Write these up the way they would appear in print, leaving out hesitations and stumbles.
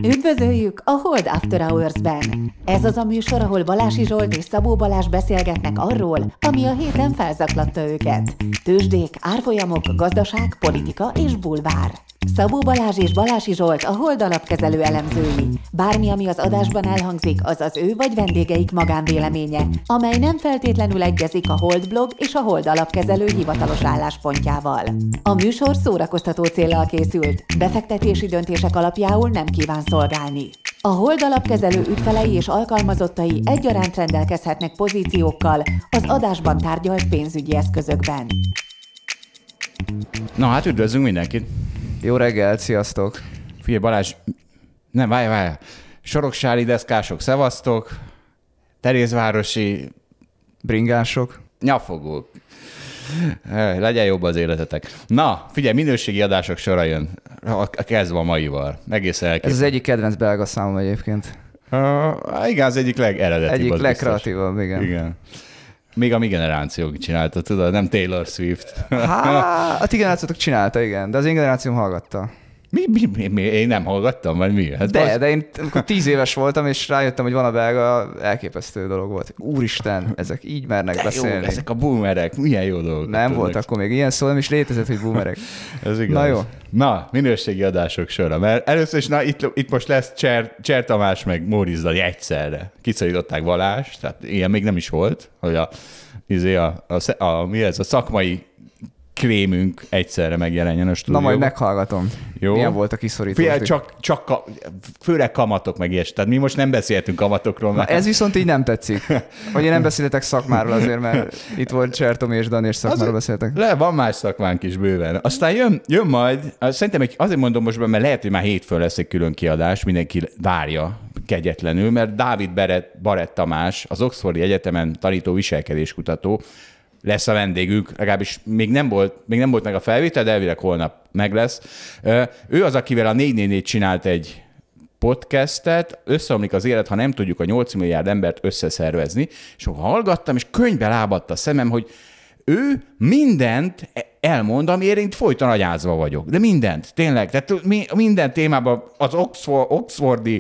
Üdvözöljük a Hold After Hours-ben! Ez az a műsor, ahol Balási Zsolt és Szabó Balázs beszélgetnek arról, ami a héten felzaklatta őket. Tőzsdék, árfolyamok, gazdaság, politika és bulvár. Szabó Balázs és Balási Zsolt a Hold alapkezelő elemzői. Bármi, ami az adásban elhangzik, az az ő vagy vendégeik magánvéleménye, amely nem feltétlenül egyezik a Hold blog és a Hold alapkezelő hivatalos álláspontjával. A műsor szórakoztató céllal készült, befektetési döntések alapjául nem kíván szolgálni. A Hold alapkezelő ügyfelei és alkalmazottai egyaránt rendelkezhetnek pozíciókkal az adásban tárgyalt pénzügyi eszközökben. Na hát üdvözlünk mindenkit! Jó reggelt, sziasztok! Figyelj Balázs, nem, várj. Soroksári deszkások, szevasztok. Terézvárosi bringások, nyafogók. Legyen jobb az életetek. Na, figyelj, minőségi adások sora jön. Kezdve a maival. Egészen elképesztő. Ez az egyik kedvenc belga számom egyébként. Igen, az egyik legeredetibb. Egyik legkreatívabb, igen. Még a mi generációk csinálta, tudod, nem Taylor Swift. A ti generációtok csinálta, igen, de az én generációm hallgatta. Mi? Én nem hallgattam, vagy mi? Hát de én amikor 10 éves voltam, és rájöttem, hogy van a belga, elképesztő dolog volt. Úristen, ezek így mernek beszélni. Jó, ezek a boomerek, milyen jó dolgok. Nem volt akkor még ilyen szó, nem is létezett, hogy boomerek. Ez igaz. Na jó. Na, minőségi adások sora. Mert először is, itt most lesz Cser Tamás meg Móricz Dani egyszerre. Kiszorították Balást, tehát ilyen még nem is volt, hogy a szakmai krémünk egyszerre megjelenjen a stúdióban. Na majd meghallgatom. Jó. Milyen volt a kiszorító? Figyelj, főleg kamatok meg ilyes. Tehát mi most nem beszéltünk kamatokról. Na, ez viszont így nem tetszik. Hogy én nem beszéltek szakmáról azért, mert itt volt Csertomi és Dani, és szakmáról beszéltek. Van más szakmánk is bőven. Aztán jön majd, szerintem azért mondom most, mert lehet, hogy már hétfőn lesz egy külön kiadás, mindenki várja kegyetlenül, mert Dávid Barett Tamás, az Oxfordi Egyetemen tanító viselkedéskutató, lesz a vendégünk, legalábbis még nem volt meg a felvétel, de elvileg holnap meg lesz. Ő az, akivel a 444 csinált egy podcastet, Összeomlik az élet, ha nem tudjuk a 8 milliárd embert összeszervezni, és hallgattam, és könyvbe lábadt a szemem, hogy ő mindent elmond, amiért én folyton agyázva vagyok. De mindent, tényleg. Tehát minden témában az Oxfordi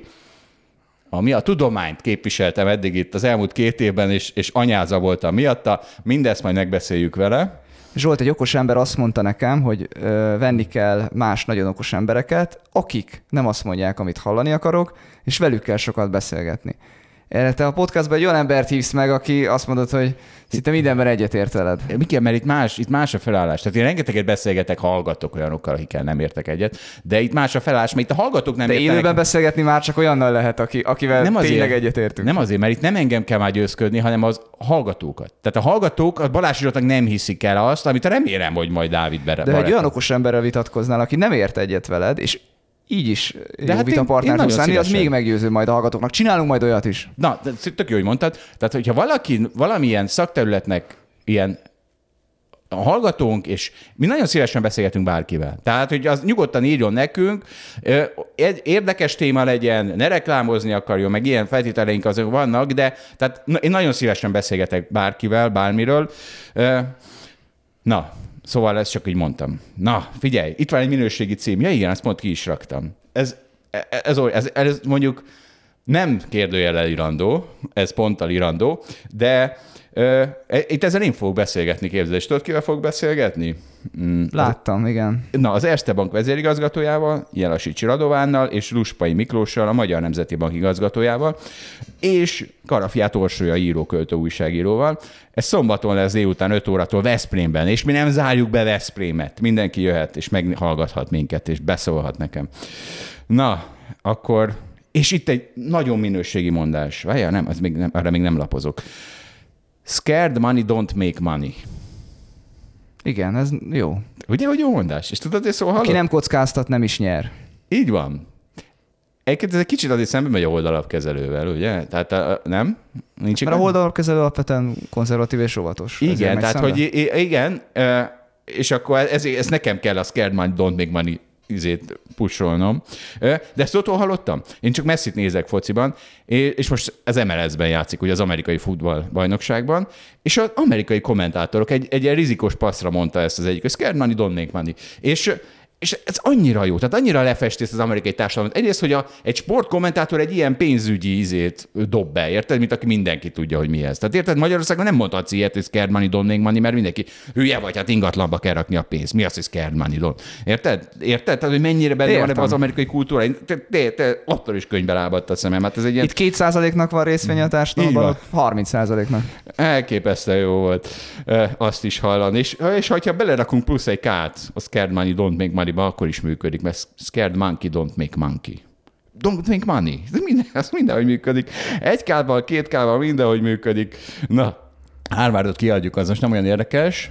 ami a tudományt képviseltem eddig itt az elmúlt 2 évben, és anyáza voltam miatta. Mindezt majd megbeszéljük vele. Zsolt, egy okos ember azt mondta nekem, hogy venni kell más nagyon okos embereket, akik nem azt mondják, amit hallani akarok, és velük kell sokat beszélgetni. Erre te a podcastban egy olyan embert hívsz meg, aki azt mondod, hogy szinte mindenben egyetért veled. Miként, mert itt más a felállás. Tehát én rengeteget beszélgetek, hallgatok olyanokkal, akikkel nem értek egyet, de itt más a felállás, mert itt a hallgatók nem értenek. De élőben beszélgetni már csak olyannal lehet, akivel nem tényleg egyetértünk. Nem azért, mert itt nem engem kell már győzködni, hanem az hallgatókat. Tehát a hallgatók a Balázs Zsoltnak nem hiszik el azt, amit remélem, hogy majd Dávid Barett. De egy olyan okos emberrel vitatkoznál, aki nem ért egyet veled, és így is jó vitapartner tudsz lenni, az még meggyőző majd a hallgatóknak. Csinálunk majd olyat is. Na, tök jó, hogy mondtad. Tehát, hogyha valaki valamilyen szakterületnek ilyen a hallgatónk, és mi nagyon szívesen beszélgetünk bárkivel. Tehát, hogy az nyugodtan írjon nekünk, érdekes téma legyen, ne reklámozni akarjon, meg ilyen feltételeink azok vannak, de tehát én nagyon szívesen beszélgetek bárkivel, bármiről. Na, szóval ezt csak így mondtam. Na, figyelj, itt van egy minőségi cím. Ja igen, ezt pont ki is raktam. Ez mondjuk nem kérdőjellel irandó, ez ponttal irandó, de itt ezzel én fogok beszélgetni, képzeld. És tudod, kivel fogok beszélgetni? Láttam, igen. Na, az Erste Bank vezérigazgatójával, Jelasicsi Radovánnal, és Ruspai Miklóssal, a Magyar Nemzeti Bank igazgatójával, és Karafiát Orsolya író-költő újságíróval. Ez szombaton lesz délután 5 órától Veszprémben, és mi nem zárjuk be Veszprémet. Mindenki jöhet, és meghallgathat minket, és beszólhat nekem. Na, akkor... És itt egy nagyon minőségi mondás. Várjál, nem, arra még nem lapozok. Scared money don't make money. Igen, ez jó. Ugye, hogy jó mondás? És tudod, hogy szóval hallod? Aki nem kockáztat, nem is nyer. Így van. Egyébként ez egy kicsit azért szemben megy a holdalapkezelővel, ugye? Tehát nem? Nincs mert a holdalapkezelő alapvetően konzervatív és óvatos. Igen, tehát hogy igen, és akkor ez nekem kell a scared money don't make money pusolnom. De ezt otthon hallottam. Én csak messzit nézek fociban, és most az MLS-ben játszik, ugye az amerikai futballbajnokságban, és az amerikai kommentátorok egy ilyen rizikos passzra mondta ezt az egyik, hogy scared money, don't make money. És És ez annyira jó, tehát annyira lefesti ezt az amerikai társadalmat. Egyrészt, hogy egy sportkommentátor egy ilyen pénzügyi ízét dob be, érted? Mint aki mindenki tudja, hogy mi ez. Tehát érted, Magyarországon nem mondhatsz ilyet, hogy scared money, don't make money, mert mindenki hülye vagy, hát ingatlanba kell rakni a pénzt. Mi az, hogy scared money, don't? Érted? Tehát, hogy mennyire benne van ebben az amerikai kultúra. Te attól is könyvbe lábadt a szemem. Hát ez egy ilyen... Itt 2%-nak van részvénye a társadalomban, 30%-nak. Elképesztően jó volt azt is hallani. És ha belerakunk plusz egy K-t, a scared money, don't make money, akkor is működik, mert scared monkey, don't make monkey. Don't make money. Ez mindenhogy működik. Egy K-val, két K-val mindenhogy működik. Na, Harvardot kiadjuk, az most nem olyan érdekes.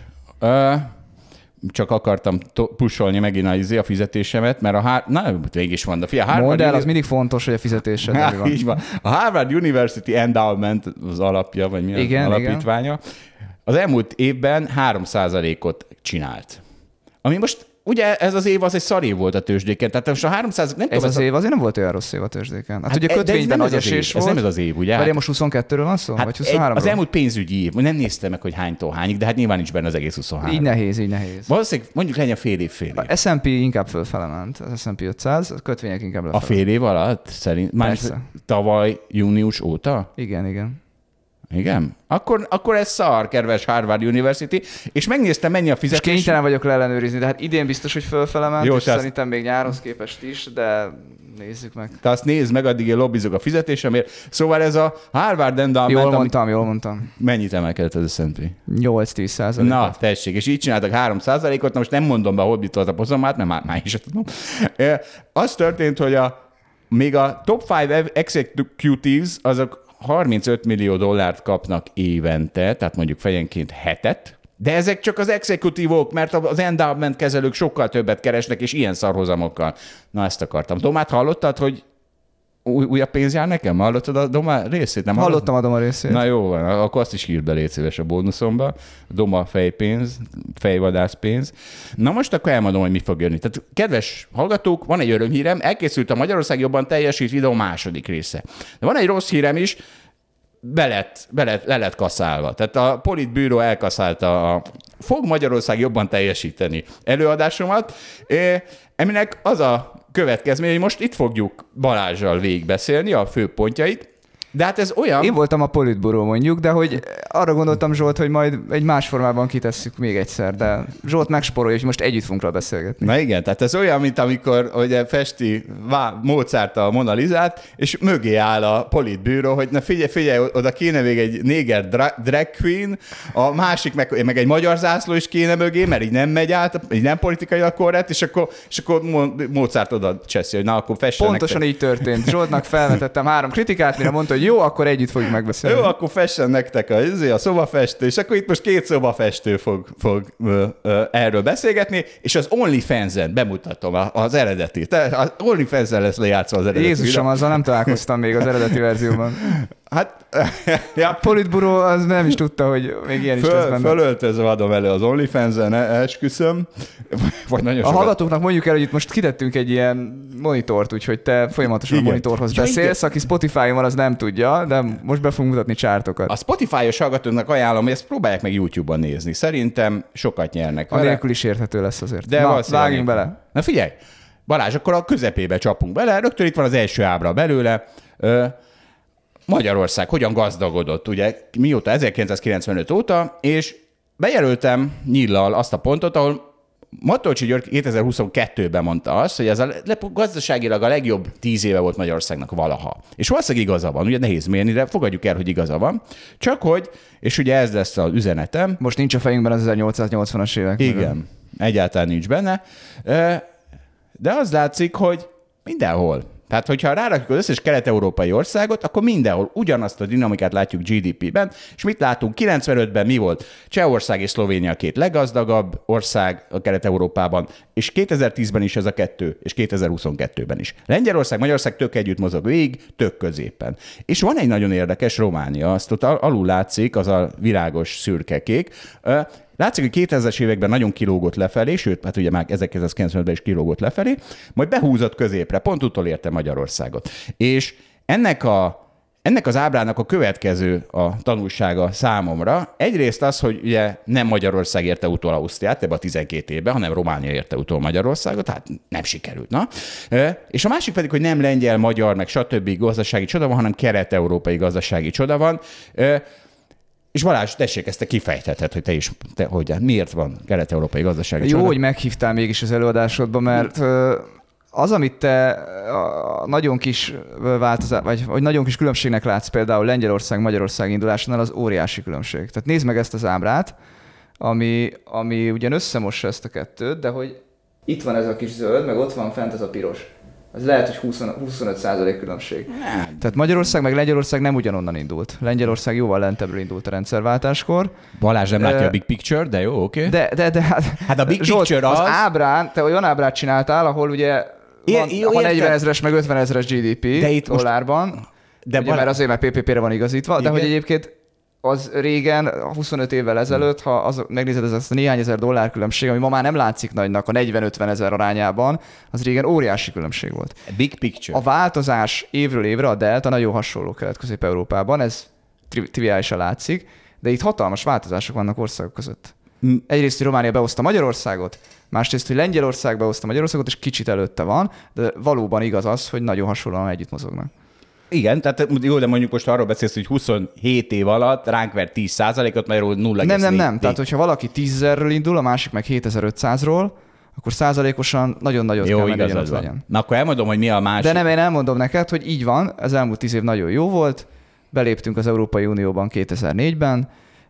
Csak akartam pusolni megint a fizetésemet, mert mégis van. A Harvard mondd el, az mindig fontos, hogy a fizetésed van. Így van. A Harvard University Endowment az alapja, vagy mi az alapítványa, az elmúlt évben 3%-ot csinált. Ami most ugye ez az év az egy szar év volt a tőzsdéken, tehát most a 300... Nem ez az év azért nem volt olyan rossz év a tőzsdéken. Hát ugye kötvényben nagy esés volt. Ez nem ez az év, ugye? Vagy most 22-ről van szó? Hát vagy 23-ról? Az elmúlt pénzügyi év, nem néztem meg, hogy hánytól hányig, de hát nyilván nincs benne az egész 23. Így nehéz. Valószínűleg mondjuk legyen fél év. A S&P inkább fölfele ment, az S&P 500, a kötvények inkább lefele. A fél év alatt szerint? Már tavaly június óta? Igen. Igen? Akkor ez szar, kedves Harvard University, és megnéztem, mennyi a fizetés. És kénytelen vagyok leellenőrizni, de hát idén biztos, hogy fölfele ment, jó, és szerintem még nyárhoz képest is, de nézzük meg. Te azt nézd meg, addig én lobbizok a fizetésemért. Szóval ez a Harvard Endowment... Jól mondtam. Mennyit emelkedett az S&P? 8-10%. Na, tessék, és így csináltak 3%-ot, na most nem mondom be, hogy mit volt a pozomát, mert már is tudom. Az történt, hogy még a top 5 executives, azok 35 millió dollárt kapnak évente, tehát mondjuk fejenként 7-et, de ezek csak az exekutívok, mert az endowment kezelők sokkal többet keresnek, és ilyen szarhozamokkal. Na, ezt akartam. Domát, hallottad, hogy újabb pénz jár nekem? Hallottad a Doma részét? Nem hallottam a Doma részét. Na jó van, akkor azt is írd be, légy szíves a bónuszomba. Doma fejpénz, fejvadászpénz. Na most akkor elmondom, hogy mi fog jönni. Tehát kedves hallgatók, van egy örömhírem, elkészült a Magyarország jobban teljesít videó második része. De van egy rossz hírem is, le lett kaszálva. Tehát a Politbűró elkaszálta fog Magyarország jobban teljesíteni előadásomat, aminek az a következmény, hogy most itt fogjuk Balázsral végigbeszélni a fő pontjait, de hát ez olyan... Én voltam a Politburo mondjuk, de hogy arra gondoltam, Zsolt, hogy majd egy más formában kitesszük még egyszer, de Zsolt megsporolja, hogy most együtt fogunk rá beszélgetni. Na igen, tehát ez olyan, mint amikor ugye festi Mozart a Mona Lisát, és mögé áll a Politburo, hogy na figyelj, oda kéne még egy néger drag queen, a másik meg egy magyar zászló is kéne mögé, mert így nem megy át, így nem politikailag korrekt, és akkor Mozart oda cseszi, hogy na akkor fessenek. Pontosan így történt. Zsoltnak felvetettem 3 kritikát, mire mondta, hogy jó, akkor együtt fogjuk megbeszélni. Jó, akkor fessen nektek a szobafestő, és akkor itt most 2 szobafestő fog erről beszélgetni, és az OnlyFans-en bemutatom az eredetit. Az OnlyFans-en lesz lejátszva az eredeti. Jézusom, azzal nem találkoztam még az eredeti verzióban. Hát, ja. Politburo az nem is tudta, hogy még ilyen is lesz benne. Fölöltözve adom elő az OnlyFans-en, esküszöm. Vagy nagyon a hallgatóknak mondjuk el, hogy itt most kitettünk egy ilyen monitort, úgyhogy te folyamatosan igen. A monitorhoz beszélsz, aki Spotify-on van, az nem tudja, de most be fogunk mutatni csártokat. A Spotify-os hallgatóknak ajánlom, hogy ezt próbálják meg YouTube-on nézni. Szerintem sokat nyernek. Anélkül is érthető lesz azért. De na, vágjunk bele. Na figyelj, Balázs, akkor a közepébe csapunk bele. Rögtön itt van az első ábra belőle. Magyarország hogyan gazdagodott, ugye, mióta? 1995 óta, és bejelöltem nyíllal azt a pontot, ahol Matolcsy György 2022-ben mondta azt, hogy ez gazdaságilag a legjobb 10 éve volt Magyarországnak valaha. És valószínűleg igaza van, ugye nehéz mérni, de fogadjuk el, hogy igaza van. Csak hogy, és ugye ez lesz az üzenetem. Most nincs a fejünkben az 1880-as évek. Igen, egyáltalán nincs benne. De az látszik, hogy mindenhol. Tehát, hogyha rárakjuk az összes kelet-európai országot, akkor mindenhol ugyanazt a dinamikát látjuk GDP-ben, és mit látunk? 95-ben mi volt? Csehország és Szlovénia a 2 leggazdagabb ország a Kelet-Európában, és 2010-ben is ez a 2, és 2022-ben is. Lengyelország, Magyarország tök együtt mozog végig, tök középen. És van egy nagyon érdekes Románia, azt ott alul látszik, az a virágos szürke-kék. Látszik, hogy 2000-es években nagyon kilógott lefelé, sőt, hát ugye már 1990-ben is kilógott lefelé, majd behúzott középre, pont utolérte Magyarországot. És ennek a ennek az ábrának a következő a tanulsága számomra. Egyrészt az, hogy ugye nem Magyarország érte utol Ausztriát ebbe a 12 évben, hanem Románia érte utol Magyarországot, tehát nem sikerült. Na? És a másik pedig, hogy nem lengyel, magyar, meg stb. Gazdasági csoda van, hanem kelet-európai gazdasági csoda van. És Balázs, tessék, ezt te kifejtheted, hogy te is, miért van kelet-európai gazdasági csoda? Jó, hogy meghívtál mégis az előadásodba, mert az, amit te nagyon kis változás, vagy nagyon kis különbségnek látsz például Lengyelország-Magyarország indulásánál, az óriási különbség. Tehát nézd meg ezt az ábrát, ami ugyan összemossa ezt a kettőt, de hogy itt van ez a kis zöld, meg ott van fent ez a piros. Az lehet, hogy 25% különbség. Nem. Tehát Magyarország meg Lengyelország nem ugyanonnan indult. Lengyelország jóval lentebbről indult a rendszerváltáskor. Balázs nem látja a big picture, de jó, oké. De hát a big Zsolt, picture az ábrán, te olyan ábrát csináltál, ahol ugye van 40 000-es meg 50 000-es GDP de itt dollárban, ugye, mert azért, mert PPP-re van igazítva, de hogy egyébként az régen, 25 évvel ezelőtt, ha megnézed ezt a néhány ezer dollár különbség, ami ma már nem látszik nagynak a 40-50 000 arányában, az régen óriási különbség volt. Big picture. A változás évről évre, a delta nagyon hasonló Kelet-Közép-Európában, ez triviálisan látszik, de itt hatalmas változások vannak országok között. Egyrészt, hogy Románia behozta Magyarországot, másrészt, hogy Lengyelország behozta Magyarországot, és kicsit előtte van, de valóban igaz az, hogy nagyon hasonlóan együtt mozognak. Igen, tehát jó, de mondjuk most arról beszélsz, hogy 27 év alatt ránk vert 10%-ot, magyarul 0,4. Nem. Tehát, hogyha valaki 10 000-ről indul, a másik meg 7500-ról, akkor százalékosan nagyon nagyot kell menni, hogy legyen. Na akkor elmondom, hogy mi a másik. De nem, én elmondom neked, hogy így van, az elmúlt 10 év nagyon jó volt, beléptünk az Európai Unióban 2004-ben,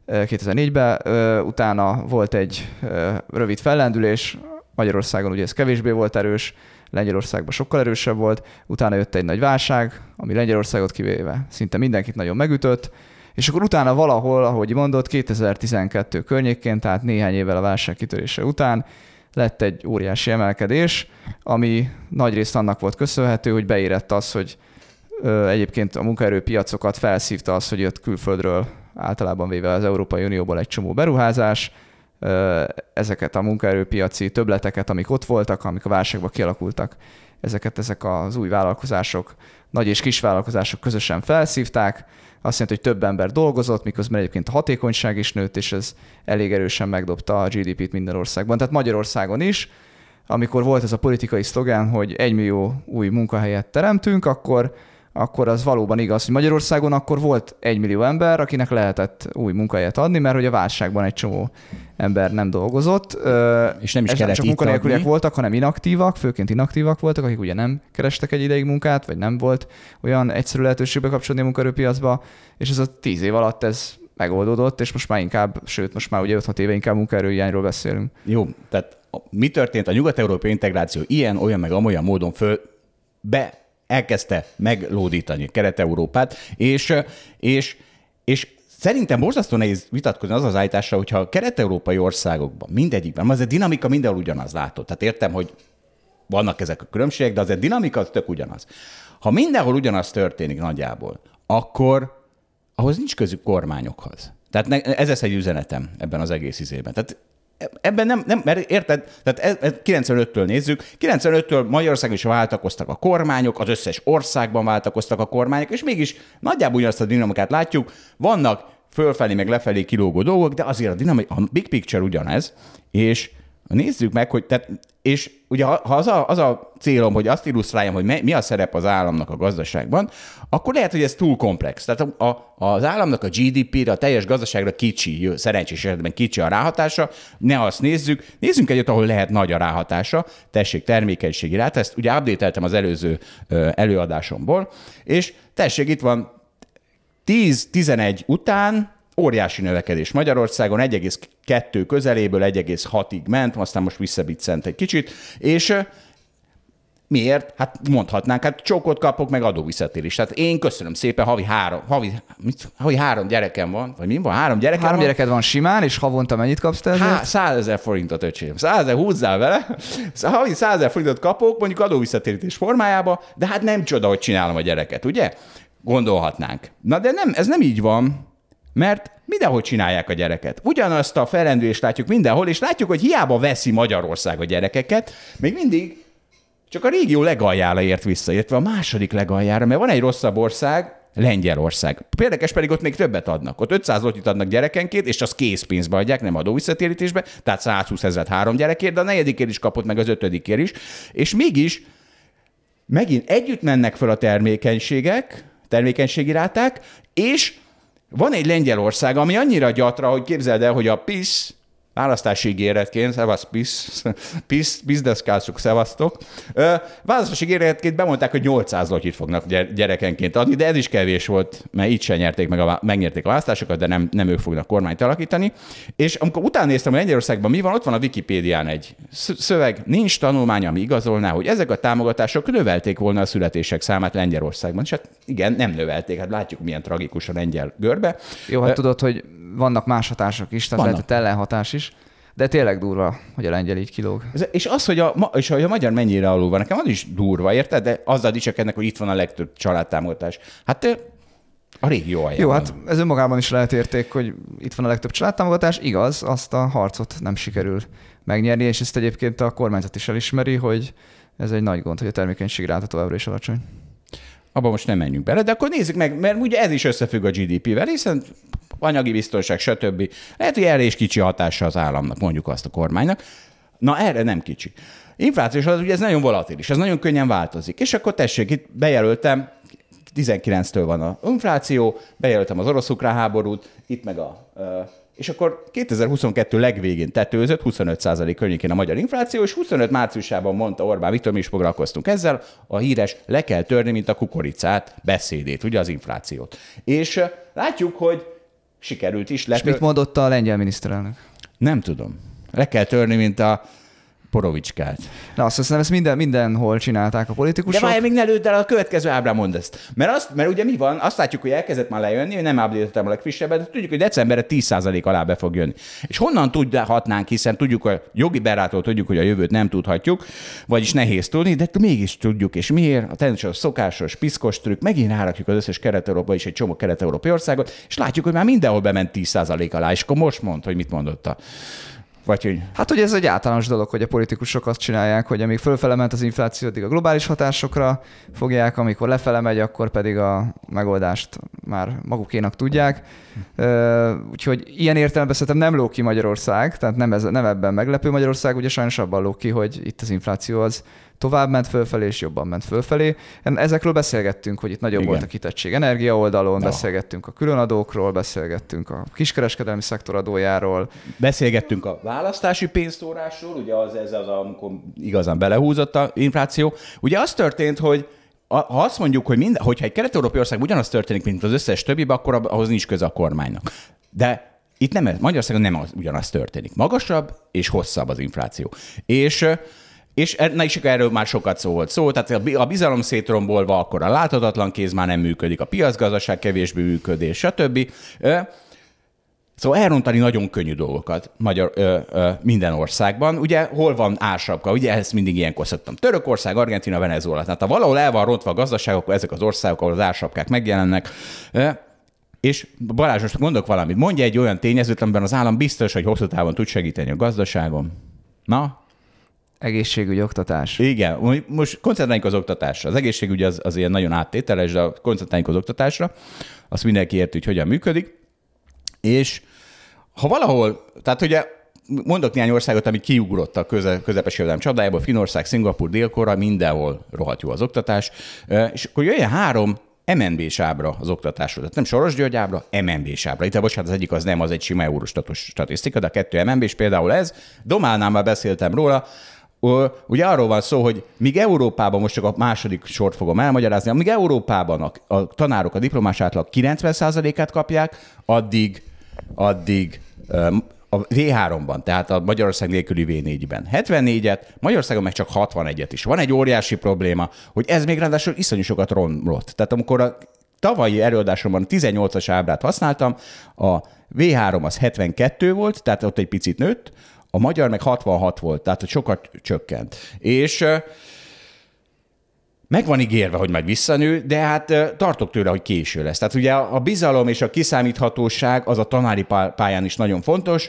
utána volt egy rövid fellendülés, Magyarországon ugye ez kevésbé volt erős, Lengyelországban sokkal erősebb volt, utána jött egy nagy válság, ami Lengyelországot kivéve szinte mindenkit nagyon megütött, és akkor utána valahol, ahogy mondott, 2012 környékén, tehát néhány évvel a válság kitörése után lett egy óriási emelkedés, ami nagyrészt annak volt köszönhető, hogy beérett az, hogy egyébként a munkaerőpiacokat felszívta az, hogy jött külföldről általában véve az Európai Unióból egy csomó beruházás, ezeket a munkaerőpiaci többleteket, amik ott voltak, amik a válságban kialakultak, ezek az új vállalkozások, nagy és kis vállalkozások közösen felszívták, azt jelenti, hogy több ember dolgozott, miközben egyébként a hatékonyság is nőtt, és ez elég erősen megdobta a GDP-t minden országban. Tehát Magyarországon is, amikor volt ez a politikai szlogán, hogy 1 millió új munkahelyet teremtünk, akkor az valóban igaz, hogy Magyarországon akkor volt 1 millió ember, akinek lehetett új munkahelyet adni, mert hogy a válságban egy csomó ember nem dolgozott. És nem is kellett csak munkanélküliek voltak, hanem inaktívak, főként inaktívak voltak, akik ugye nem kerestek egy ideig munkát, vagy nem volt olyan egyszerű lehetőség bekapcsolni a munkaerőpiacba, és ez a 10 év alatt ez megoldódott, és most már inkább, sőt, most már ugye 5-6 éve inkább munkaerőhiányról beszélünk. Jó, tehát mi történt? A nyugat-európai integráció ilyen, olyan meg amolyan módon elkezdte meglódítani Kelet-Európát, és szerintem borzasztó nehéz vitatkozni az az állításra, hogyha a kelet-európai országokban mindegyikben, az a dinamika mindenhol ugyanaz látod. Tehát értem, hogy vannak ezek a különbségek, de az a dinamika az tök ugyanaz. Ha mindenhol ugyanaz történik nagyjából, akkor ahhoz nincs közük kormányokhoz. Tehát ez lesz egy üzenetem ebben az egész izében. Tehát ebben nem, mert érted, tehát 95-től nézzük, 95-től Magyarországon is váltakoztak a kormányok, az összes országban váltakoztak a kormányok, és mégis nagyjából ugyanazt a dinamikát látjuk, vannak fölfelé meg lefelé kilógó dolgok, de azért a big picture ugyanez, és nézzük meg, hogy és ugye ha az a célom, hogy azt illusztráljam, hogy mi a szerep az államnak a gazdaságban, akkor lehet, hogy ez túl komplex. Tehát az államnak a GDP-re, a teljes gazdaságra kicsi, szerencsés esetben kicsi a ráhatása, ne azt nézzünk egyet, ahol lehet nagy a ráhatása, tessék, termékenységi ráta, ezt ugye update-eltem az előző előadásomból, és tessék, itt van 10-11 után óriási növekedés Magyarországon, 1,2 közeléből 1,6-ig ment, aztán most visszabiccent egy kicsit, és miért? Hát mondhatnánk, hát csókot kapok, meg adóvisszatérés. Tehát én köszönöm szépen, havi 3 gyerekem van, vagy mi van? 3 gyerekem van? 3 gyereked van simán, és havonta mennyit kapsz te ezért? 100 000 forintot, öcsém. 100 000 húzzál vele, havi 100 000 forintot kapok, mondjuk adóvisszatérítés formájába, de hát nem csoda, hogy csinálom a gyereket, ugye? Gondolhatnánk. Na de nem, ez nem így van. Mert mindenhol csinálják a gyereket. Ugyanazt a felrendülést látjuk mindenhol, és látjuk, hogy hiába veszi Magyarország a gyerekeket, még mindig csak a régió legaljára ért vissza, illetve a második legaljára, mert van egy rosszabb ország, Lengyelország. Érdekes, pedig ott még többet adnak. Ott 500 zlotyit adnak gyerekenként, és az készpénzbe adják, nem adóvisszatérítésbe, tehát 120 000 3 gyerekért, de a 4. is kapott, meg az 5. is. És mégis megint együtt mennek fel a termékenységi ráták, és van egy Lengyelország, ami annyira gyatra, hogy képzeld el, hogy a PiS választási ígéretként, szevasz PiS, bizdeszkálcsuk, szevasztok. Választási ígéretként bemondták, hogy 800 zlotyit fognak gyerekenként adni, de ez is kevés volt, mert így sem megnyerték a választásokat, de nem ők fognak kormányt alakítani. És amikor utána néztem, hogy Lengyelországban mi van, ott van a Wikipédián egy szöveg, nincs tanulmány, ami igazolná, hogy ezek a támogatások növelték volna a születések számát Lengyelországban. És hát igen, nem növelték, hát látjuk, milyen tragikus a lengyel görbe. Jó, hát tudod, hogy vannak más hatások is, tehát Vannak. lehet ellenhatás is, de tényleg durva, hogy a lengyel így kilóg. És az, hogy a magyar mennyire alul van, nekem az is durva, érted? De azzal dicsekednek, hogy itt van a legtöbb családtámogatás. Hát a régió alján. Jó, hát ez önmagában is lehet érték, hogy itt van a legtöbb családtámogatás, igaz, azt a harcot nem sikerül megnyerni, és ezt egyébként a kormányzat is elismeri, hogy ez egy nagy gond, hogy a termékenység ráta továbbra is alacsony. Abba most nem menjünk bele, de akkor nézzük meg, mert ugye ez is összefügg a GDP-vel, hiszen anyagi biztonság, stb. Lehet, hogy erre is kicsi hatása az államnak, mondjuk azt a kormánynak. Na erre nem kicsi. Inflációs az, ugye ez nagyon volatilis, ez nagyon könnyen változik. És akkor tessék, itt bejelöltem, 19-től van az infláció, bejelöltem az orosz-ukrán háborút, itt meg és akkor 2022 legvégén tetőzött, 25% környékén a magyar infláció, és 25 márciusában mondta Orbán Viktor, mi is foglalkoztunk ezzel, a híres le kell törni, mint a kukoricát beszédét, ugye az inflációt. És látjuk, hogy sikerült is És mit mondott a lengyel miniszterelnök? Nem tudom. Le kell törni, mint a porovicskát. Na azt hiszem, ezt mindenhol csinálták a politikusok. De várj, még ne lőd el, a következő ábrán mondd ezt. Mert ugye mi van? Azt látjuk, hogy elkezdett már lejönni, hogy nem ábrítottam a legfrissebbet, de tudjuk, hogy decemberre 10% alá be fog jönni. És honnan tudhatnánk, hiszen tudjuk, a jogi berától tudjuk, hogy a jövőt nem tudhatjuk, vagyis nehéz tudni, de mégis tudjuk. És miért? A természetesen szokásos, piszkos trükk, megint rárakjuk az összes Kelet-Európa és egy csomó kelet-európai országot, és látjuk, hogy már mindenhol bement 10% alá. És akkor most mondd, hogy mit mondotta. Vagy hogy... Hát ugye ez egy általános dolog, hogy a politikusok azt csinálják, hogy amíg fölfele ment az infláció, addig a globális hatásokra fogják, amikor lefele megy, akkor pedig a megoldást már magukénak tudják. Úgyhogy ilyen értelemben szerintem nem lóg ki Magyarország, tehát nem ebben meglepő Magyarország, ugye sajnos abban lóg ki, hogy itt az infláció az tovább ment fölfelé, és jobban ment fölfelé. Ezekről beszélgettünk, hogy itt nagyobb Igen. volt a kitettség energia oldalon, beszélgettünk a különadókról, beszélgettünk a kiskereskedelmi szektor adójáról. Beszélgettünk a választási pénztórásról, ugye ez az, amikor igazán belehúzott a infláció. Ugye az történt, hogy ha azt mondjuk, hogy hogyha egy kelet-európai országban ugyanaz történik, mint az összes többiben, akkor ahhoz nincs köze a kormánynak. De itt nem, Magyarországon nem ugyanaz történik. Magasabb és hosszabb az infláció. És erről már sokat szó volt szó, tehát a bizalom szétrombolva, akkor a láthatatlan kéz már nem működik, a piacgazdaság kevésbé működés, stb. Szóval elrontani nagyon könnyű dolgokat minden országban. Ugye hol van ársapka? Ugye ezt mindig ilyenkor szoktam. Törökország, Argentína, Venezuela. Tehát ha valahol el van rontva a gazdaság, akkor ezek az országok, ahol az ársapkák megjelennek. És Balázs, most mondok valamit. Mondja egy olyan tényezőt, amiben az állam biztos, hogy hosszú távon tud segíteni a gazdaságon. Na? Egészségügy, oktatás. Igen, most koncentráljunk az oktatásra. Az egészségügy az ilyen nagyon áttételes, de koncentráljunk az oktatásra. Azt mindenki érti, hogy hogyan működik. És ha valahol, tehát ugye mondok néhány országot, ami kiugrott a közepes jövedelem csapdájából, Finnország, Szingapúr, Dél-Korea, mindenhol rohadt jó az oktatás. És akkor jöjjön 3 MNB-s ábra az oktatásról. Tehát nem Soros György ábra, MNB-s ábra. Itt bocsánat, az egyik az nem, az egy sima Eurostatos statisztika, de a 2 MNB-s például ez. Domálnál már beszéltem róla. Ugye arról van szó, hogy míg Európában, most csak a második sort fogom elmagyarázni, amíg Európában a tanárok a diplomás átlag 90%-át kapják, addig a V3-ban, tehát a Magyarország nélküli V4-ben 74-et, Magyarországon meg csak 61-et is. Van egy óriási probléma, hogy ez még ráadásul iszonyú sokat romlott. Tehát amikor a tavalyi előadásomban 18-as ábrát használtam, a V3 az 72 volt, tehát ott egy picit nőtt, a magyar meg 66 volt, tehát sokat csökkent. És meg van ígérve, hogy majd visszanő, de hát tartok tőle, hogy késő lesz. Tehát ugye a bizalom és a kiszámíthatóság az a tanári pályán is nagyon fontos,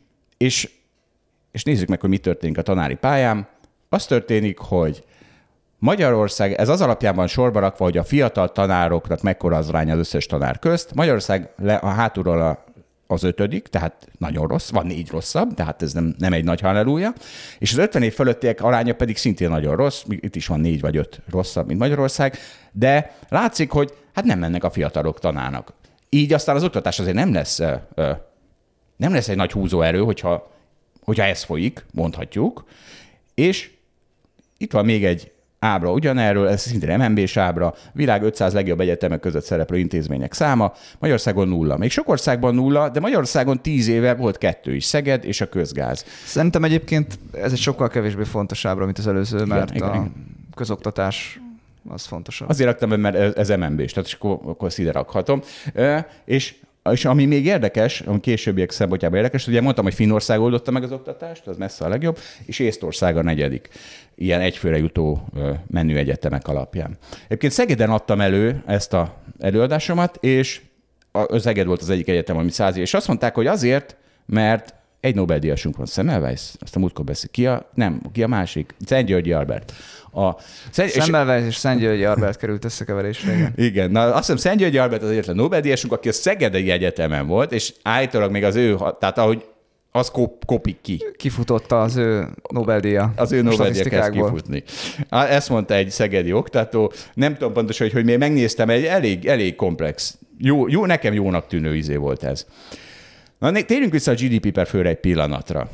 és nézzük meg, hogy mi történik a tanári pályán. Az történik, hogy Magyarország, ez az alapján van sorba rakva, hogy a fiatal tanároknak mekkora az aránya az összes tanár közt. Magyarország a hátulról az 5., tehát nagyon rossz, van 4 rosszabb, tehát ez nem egy nagy halleluja, és az 50 év fölöttiek aránya pedig szintén nagyon rossz, itt is van 4 vagy 5 rosszabb, mint Magyarország, de látszik, hogy hát nem mennek a fiatalok tanárnak. Így aztán az oktatás azért nem lesz egy nagy húzóerő, hogyha ez folyik, mondhatjuk, és itt van még egy ábra ugyanerről, ez szintén MNB-s ábra, világ 500 legjobb egyetemek között szereplő intézmények száma, Magyarországon 0. Még sok országban 0, de Magyarországon 10 éve volt 2 is, Szeged és a közgáz. Szerintem egyébként ez egy sokkal kevésbé fontos ábra, mint az előző, mert igen. Közoktatás az fontosabb. Azért raktam, mert ez MNB-s, tehát akkor ide rakhatom. És ami még érdekes, ami későbbiek szempontjából érdekes, ugye mondtam, hogy Finnország oldotta meg az oktatást, az messze a legjobb, és Észtország a 4. ilyen egyfőre jutó menő egyetemek alapján. Egyébként Szegeden adtam elő ezt az előadásomat, és a Szeged volt az egyik egyetem, ami 100 év, és azt mondták, hogy azért, mert egy Nobel-díjasunk van, Semmelweis, azt a múltkor beszél. Ki a másik? Szent-Györgyi Albert. Semmelweis és Szent-Györgyi Albert került összekeverésre, igen. Igen, na azt hiszem Szent-Györgyi Albert az egyetlen Nobel-díjasunk, aki a Szegedi Egyetemen volt, és állítólag még az ő, tehát ahogy az kopik ki. Kifutotta az ő Nobel-díja. Az ő Nobel-díja kezd kifutni. Ezt mondta egy szegedi oktató. Nem tudom pontosan, hogy még megnéztem, egy elég komplex. Jó, nekem jónak tűnő izé volt ez. Na, térjünk vissza a GDP per főre egy pillanatra.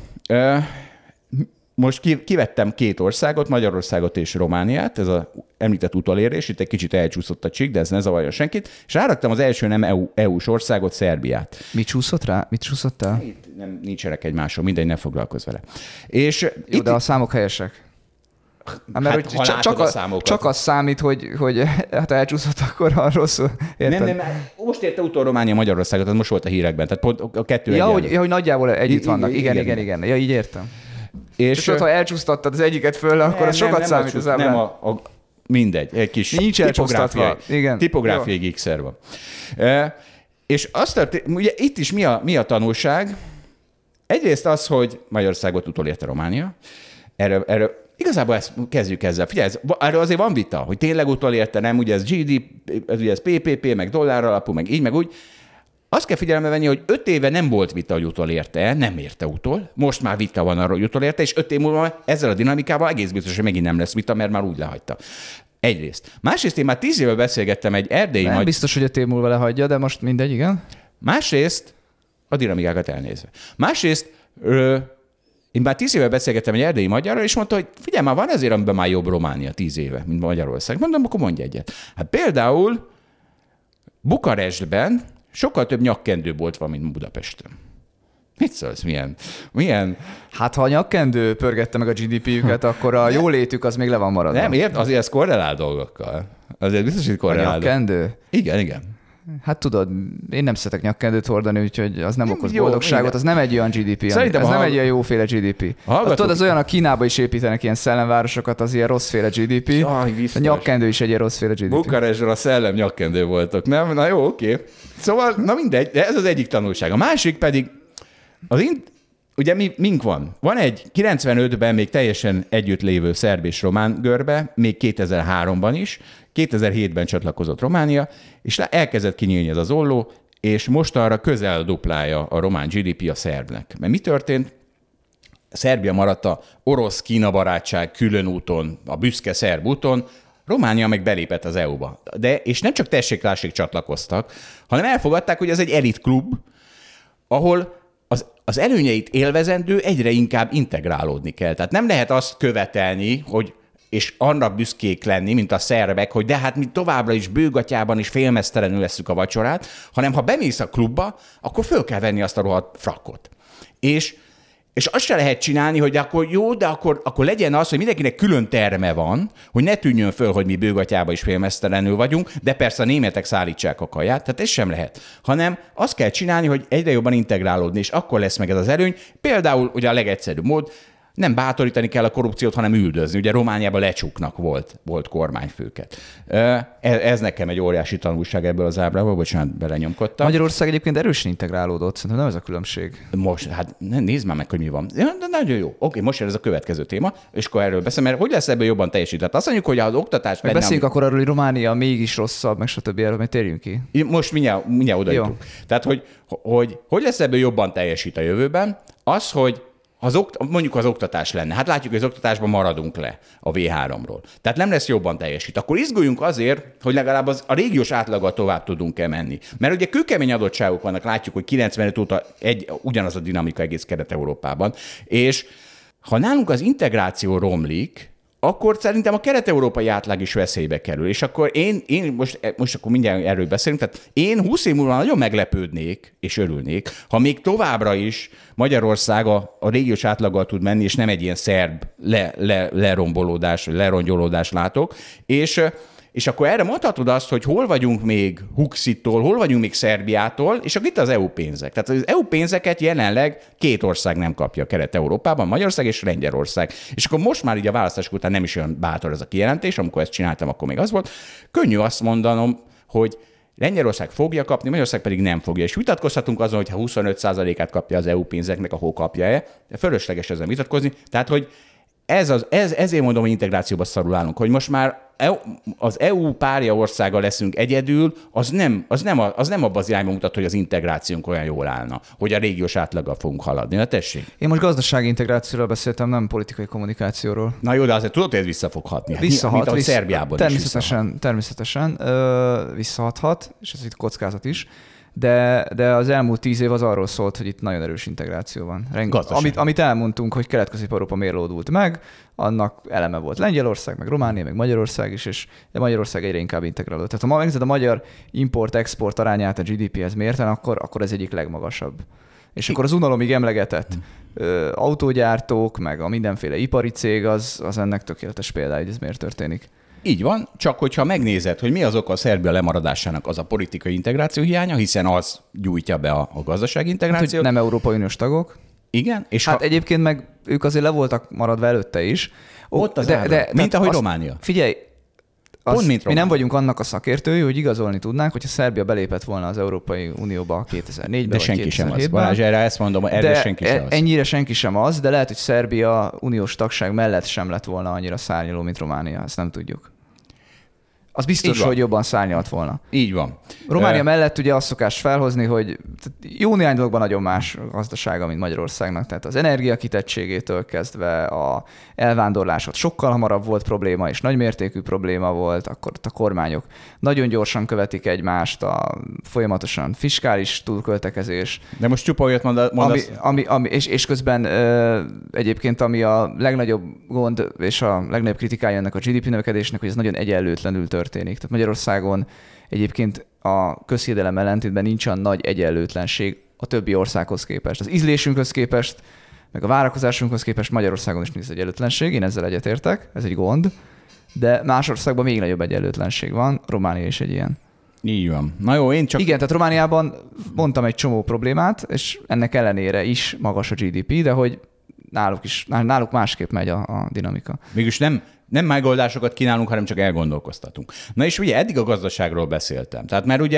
Most kivettem 2 országot, Magyarországot és Romániát, ez az említett utolérés, itt egy kicsit elcsúszott a csík, de ez ne zavarja senkit, és ráraktam az első nem EU-s országot, Szerbiát. Mit csúszott rá? Mit csúszott el? Itt nincsenek egymáson, mindegy, ne foglalkozz vele. És jó, de a számok helyesek. Mert csak az számít, hogy hát elcsúszott, akkor a rosszul. Nem, most érte utol Románia Magyarországot, az most volt a hírekben, tehát pont a 2 hogy nagyjából együtt vannak. Igen. Ja, így értem. És ott, ha elcsúsztattad az egyiket föl, akkor az sokat számít az ábrán. Mindegy, egy kis tipográfiai gigszer van. És azt történt, ugye itt is mi a tanulság? Egyrészt az, hogy Magyarországot utolérte Románia. Erről igazából kezdjük ezzel. Figyelj, erről azért van vita, hogy tényleg utolérte, nem? Ugye ez GDP, ugye ez PPP, meg dollár alapú, meg így, meg úgy. Azt kell figyelembe venni, hogy 5 éve nem volt vita, hogy utolérte, nem érte utol. Most már vita van arról, hogy utolérte, és 5 év múlva ezzel a dinamikával egész biztos, hogy megint nem lesz vita, mert már úgy lehagyta. Egyrészt. Másrészt én már 10 éve beszélgettem egy erdélyi nem biztos, hogy 5 év múlva lehagyja, de most mindegy, igen. Másrészt a dinamikákat elnézve. Másrészt én már 10 éve beszélgettem egy erdélyi magyarral, és mondta, hogy figyelj, már van azért, amiben már jobb Románia 10 éve, mint Magyarország. Mondom, akkor mondj egyet. Hát például Bukarestben sokkal több nyakkendőbolt van, mint Budapesten. Mit szólsz? Milyen? Hát ha a nyakkendő pörgette meg a GDP-jüket, akkor a jólétük az még le van maradva. Nem, azért ez korrelál dolgokkal. Azért biztos, hogy korrelál. A nyakkendő? Igen. Hát tudod, én nem szeretek nyakkendőt hordani, úgyhogy az nem okoz boldogságot, az nem egy olyan GDP, ez nem egy olyan jóféle GDP. Tudod, az olyan, a Kínába is építenek ilyen szellemvárosokat, az ilyen rosszféle GDP. A nyakkendő is egy ilyen rosszféle GDP. Bukarestről a szellem nyakkendő voltok, nem? Na jó, oké. Szóval, na mindegy, de ez az egyik tanulság. A másik pedig, ugye mink van? Van egy 95-ben még teljesen együtt lévő szerb és román görbe, még 2003-ban is, 2007-ben csatlakozott Románia, és elkezdett kinyílni ez az olló, és mostanra közel duplája a román GDP a szerbnek. Mert mi történt? Szerbia maradt a orosz-Kína barátság külön úton, a büszke szerb úton, Románia meg belépett az EU-ba. És nem csak tessék-lássék csatlakoztak, hanem elfogadták, hogy ez egy elitklub, ahol az előnyeit élvezendő egyre inkább integrálódni kell. Tehát nem lehet azt követelni, hogy és arra büszkék lenni, mint a szerbek, hogy de hát mi továbbra is bőgatyában és félmeztelenül vesszük a vacsorát, hanem ha bemész a klubba, akkor föl kell venni azt a rohadt frakkot. És azt se lehet csinálni, hogy akkor jó, de akkor legyen az, hogy mindenkinek külön terme van, hogy ne tűnjön föl, hogy mi bőgatyában is félmeztelenül vagyunk, de persze a németek szállítsák a kaját, tehát ez sem lehet. Hanem azt kell csinálni, hogy egyre jobban integrálódni, és akkor lesz meg ez az előny. Például ugye a legegyszerűbb mód, nem bátorítani kell a korrupciót, hanem üldözni. Ugye Romániában lecsuknak volt kormányfőket. Ez nekem egy óriási tanulság ebből az ábrából, bocsánat, belenyomkodtam. Magyarország egyébként erősen integrálódott, szerintem nem ez a különbség. Most, hát nézd már meg, hogy mi van. Ja, de nagyon jó. Oké, most jön ez a következő téma, és akkor erről beszélünk, mert hogy lesz ebből jobban teljesített? Azt mondjuk, hogy az oktatás... Beszéljünk akkor arról, hogy Románia mégis rosszabb, meg stb. Erről majd térjünk ki. Most mindjárt oda jutunk. Tehát, hogy lesz ebből jobban teljesít a jövőben? Az, hogy mondjuk az oktatás lenne. Hát látjuk, hogy az oktatásban maradunk le a V3-ról. Tehát nem lesz jobban teljesít. Akkor izguljunk azért, hogy legalább a régiós átlaggal tovább tudunk-e menni. Mert ugye kőkemény adottságok vannak, látjuk, hogy 95 óta ugyanaz a dinamika egész Kelet-Európában. És ha nálunk az integráció romlik, akkor szerintem a kelet-európai átlag is veszélybe kerül. És akkor én most akkor mindjárt erről beszélünk, tehát én 20 év múlva nagyon meglepődnék, és örülnék, ha még továbbra is Magyarország a régiós átlaggal tud menni, és nem egy ilyen szerb lerombolódás, vagy lerongyolódás látok, és akkor erre mondhatod azt, hogy hol vagyunk még Huxittól, hol vagyunk még Szerbiától, és akkor itt az EU pénzek. Tehát az EU pénzeket jelenleg 2 ország nem kapja Kelet-Európában, Magyarország és Lengyelország. És akkor most már így a választások után nem is olyan bátor ez a kijelentés, amikor ezt csináltam, akkor még az volt. Könnyű azt mondanom, hogy Lengyelország fogja kapni, Magyarország pedig nem fogja. És vitatkozhatunk azon, hogy ha 25%-át kapja az EU pénzeknek, ahol kapja-e, de fölösleges ezen vitatkozni. Tehát, hogy ezért mondom, hogy integrációba szarul állunk, hogy most már az EU párja országa leszünk egyedül, az nem abban az irányban mutat, hogy az integrációnk olyan jól állna, hogy a régiós átlaggal fogunk haladni. Na tessék. Én most gazdasági integrációról beszéltem, nem politikai kommunikációról. Na jó, de azért tudod, hogy ez vissza fog hatni. Visszahat. Mint Szerbiában természetesen visszahathat, és ez itt kockázat is. De az elmúlt 10 év az arról szólt, hogy itt nagyon erős integráció van. Amit elmondtunk, hogy Kelet-Közép-Európa miért lódult meg, annak eleme volt Lengyelország, meg Románia, meg Magyarország is, és Magyarország egyre inkább integrálódott. Tehát ha megnézed a magyar import-export arányát a GDP-hez mérten, akkor ez egyik legmagasabb. És akkor az unalomig emlegetett autógyártók, meg a mindenféle ipari cég, az ennek tökéletes példája, hogy ez miért történik. Így van, csak hogyha megnézed, hogy mi az oka a Szerbia lemaradásának, az a politikai integráció hiánya, hiszen az gyújtja be a gazdasági integrációt. Hát, nem Európai Uniós tagok. Igen. És hát egyébként meg ők azért le voltak maradva előtte is. Ott az mint ahogy Románia. Figyelj, mi nem vagyunk annak a szakértői, hogy igazolni tudnánk, hogyha Szerbia belépett volna az Európai Unióba 2004-ben de senki sem az. Balázs, erre ezt mondom, erre senki sem az. Ennyire senki sem az, de lehet, hogy Szerbia uniós tagság mellett sem lett volna annyira szárnyaló, mint Románia. Ezt nem tudjuk. Az biztos, hogy jobban szárnyalt volna. Így van. Románia mellett ugye azt szokás felhozni, hogy jó néhány dologban nagyon más gazdasága, mint Magyarországnak. Tehát az energiakitettségétől kezdve a elvándorlásot sokkal hamarabb volt probléma, és nagymértékű probléma volt, akkor a kormányok nagyon gyorsan követik egymást, folyamatosan fiskális túlköltekezés. De most csupa olyat mondasz. És közben egyébként ami a legnagyobb gond és a legnagyobb kritikája ennek a GDP növekedésnek, hogy ez nagyon egyenlőtlenül történik. Tehát Magyarországon egyébként a közhiedelem ellentétben nincs olyan nagy egyenlőtlenség a többi országhoz képest. Az ízlésünkhöz képest, meg a várakozásunkhoz képest Magyarországon is nincs egyenlőtlenség, én ezzel egyetértek, ez egy gond, de más országban még nagyobb egyenlőtlenség van, Románia is egy ilyen. Így van. Na jó, én csak... Igen, tehát Romániában mondtam egy csomó problémát, és ennek ellenére is magas a GDP, de hogy náluk másképp megy a dinamika. Mégis nem megoldásokat kínálunk, hanem csak elgondolkoztatunk. Na és ugye eddig a gazdaságról beszéltem. Tehát mert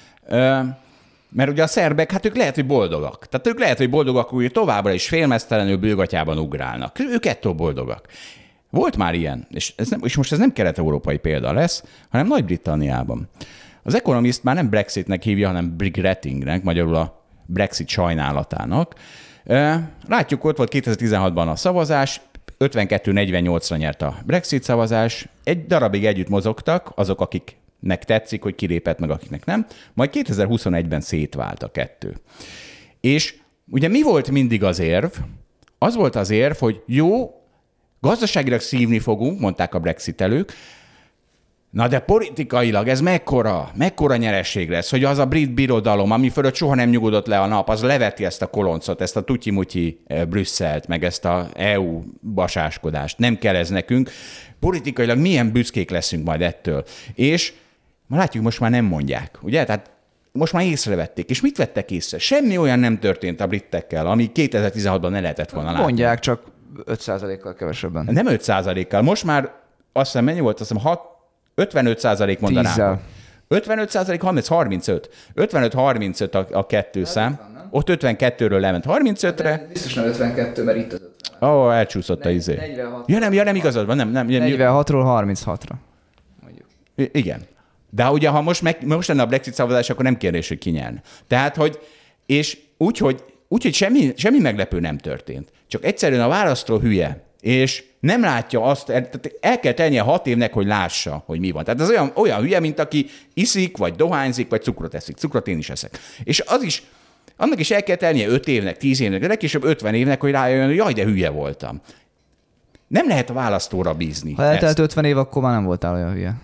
ugye a szerbek, hát ők lehet, hogy boldogak. Tehát ők lehet, hogy boldogak, hogy továbbra is félmeztelenül bőgatyában ugrálnak. Ők ettől boldogak. Volt már ilyen, és most ez nem kelet-európai példa lesz, hanem Nagy-Britanniában. Az Economist már nem Brexitnek hívja, hanem regrettingnek, magyarul a Brexit sajnálatának. Látjuk, ott volt 2016-ban a szavazás, 52-48-ra nyert a Brexit szavazás, egy darabig együtt mozogtak azok, akiknek tetszik, hogy kilépett, meg akiknek nem, majd 2021-ben szétvált a kettő. És ugye mi volt mindig az érv? Az volt az érv, hogy jó, gazdaságilag szívni fogunk, mondták a brexitelők, na de politikailag ez mekkora nyereség lesz, hogy az a brit birodalom, ami fölött soha nem nyugodott le a nap, az leveti ezt a koloncot, ezt a tutyi-mutyi Brüsszelt, meg ezt a EU basáskodást. Nem kell ez nekünk. Politikailag milyen büszkék leszünk majd ettől. És látjuk, most már nem mondják, ugye? Tehát most már észrevették. És mit vettek észre? Semmi olyan nem történt a britekkel, ami 2016-ban ne lehetett volna látni. Mondják, csak 5%-kal kevesebben. Nem 5%-kal. Most már azt hiszem mennyi volt? Azt hiszem 55% mondanám. 55%, 35. 55-35 a kettő szám. Ott 52-ről lement 35-re. Biztos nem 52, mert itt az 50. Ó, elcsúszott a izé. 46. Ja, nem igazad van, nem. 46-ról 36-ra. Mondjuk. Igen. De ugye, ha most lenne a Brexit szavazás, akkor nem kérdés, hogy ki nyerne. Tehát, hogy, és úgyhogy semmi meglepő nem történt. Csak egyszerűen a választó hülye, és nem látja azt, tehát el kell tennie 6 évnek, hogy lássa, hogy mi van. Tehát ez olyan hülye, mint aki iszik, vagy dohányzik, vagy cukrot eszik. Cukrot én is eszek. És annak is el kell tennie 5 évnek, 10 évnek, de legkésőbb 50 évnek, hogy rájön, hogy jaj, de hülye voltam. Nem lehet a választóra bízni. Ha eltelt 50 év, akkor már nem voltál olyan hülye.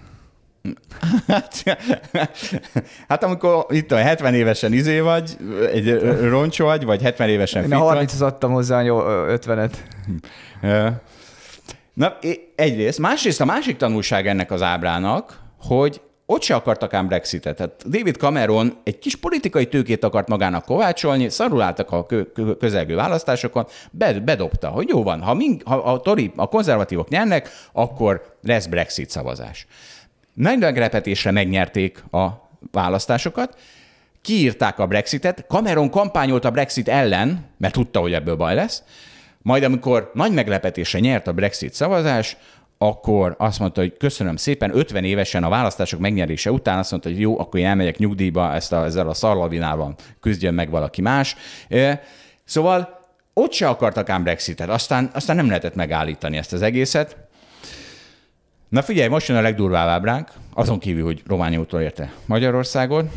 Hát amikor itt a 70 évesen vagy, egy roncs vagy 70 évesen fit vagy. vagy. Én 30-hoz adtam hozzá 50-et. Na, egyrészt. Másrészt a másik tanulság ennek az ábrának, hogy ott se akartak ám Brexitet. Tehát David Cameron egy kis politikai tőkét akart magának kovácsolni, szarul álltak a közelgő választásokon, bedobta, hogy jó van, ha a konzervatívok nyernek, akkor lesz Brexit szavazás. Nagy meglepetésre megnyerték a választásokat, kiírták a Brexitet, Cameron kampányolt a Brexit ellen, mert tudta, hogy ebből baj lesz, majd amikor nagy meglepetésre nyert a Brexit szavazás, akkor azt mondta, hogy köszönöm szépen, 50 évesen a választások megnyerése után azt mondta, hogy jó, akkor én elmegyek nyugdíjba, ezzel a szarlavinával küzdjön meg valaki más. Szóval ott se akartak ám Brexitet, aztán nem lehetett megállítani ezt az egészet. Na figyelj, most jön a legdurvább ábránk, azon kívül, hogy Románia úton érte Magyarországon.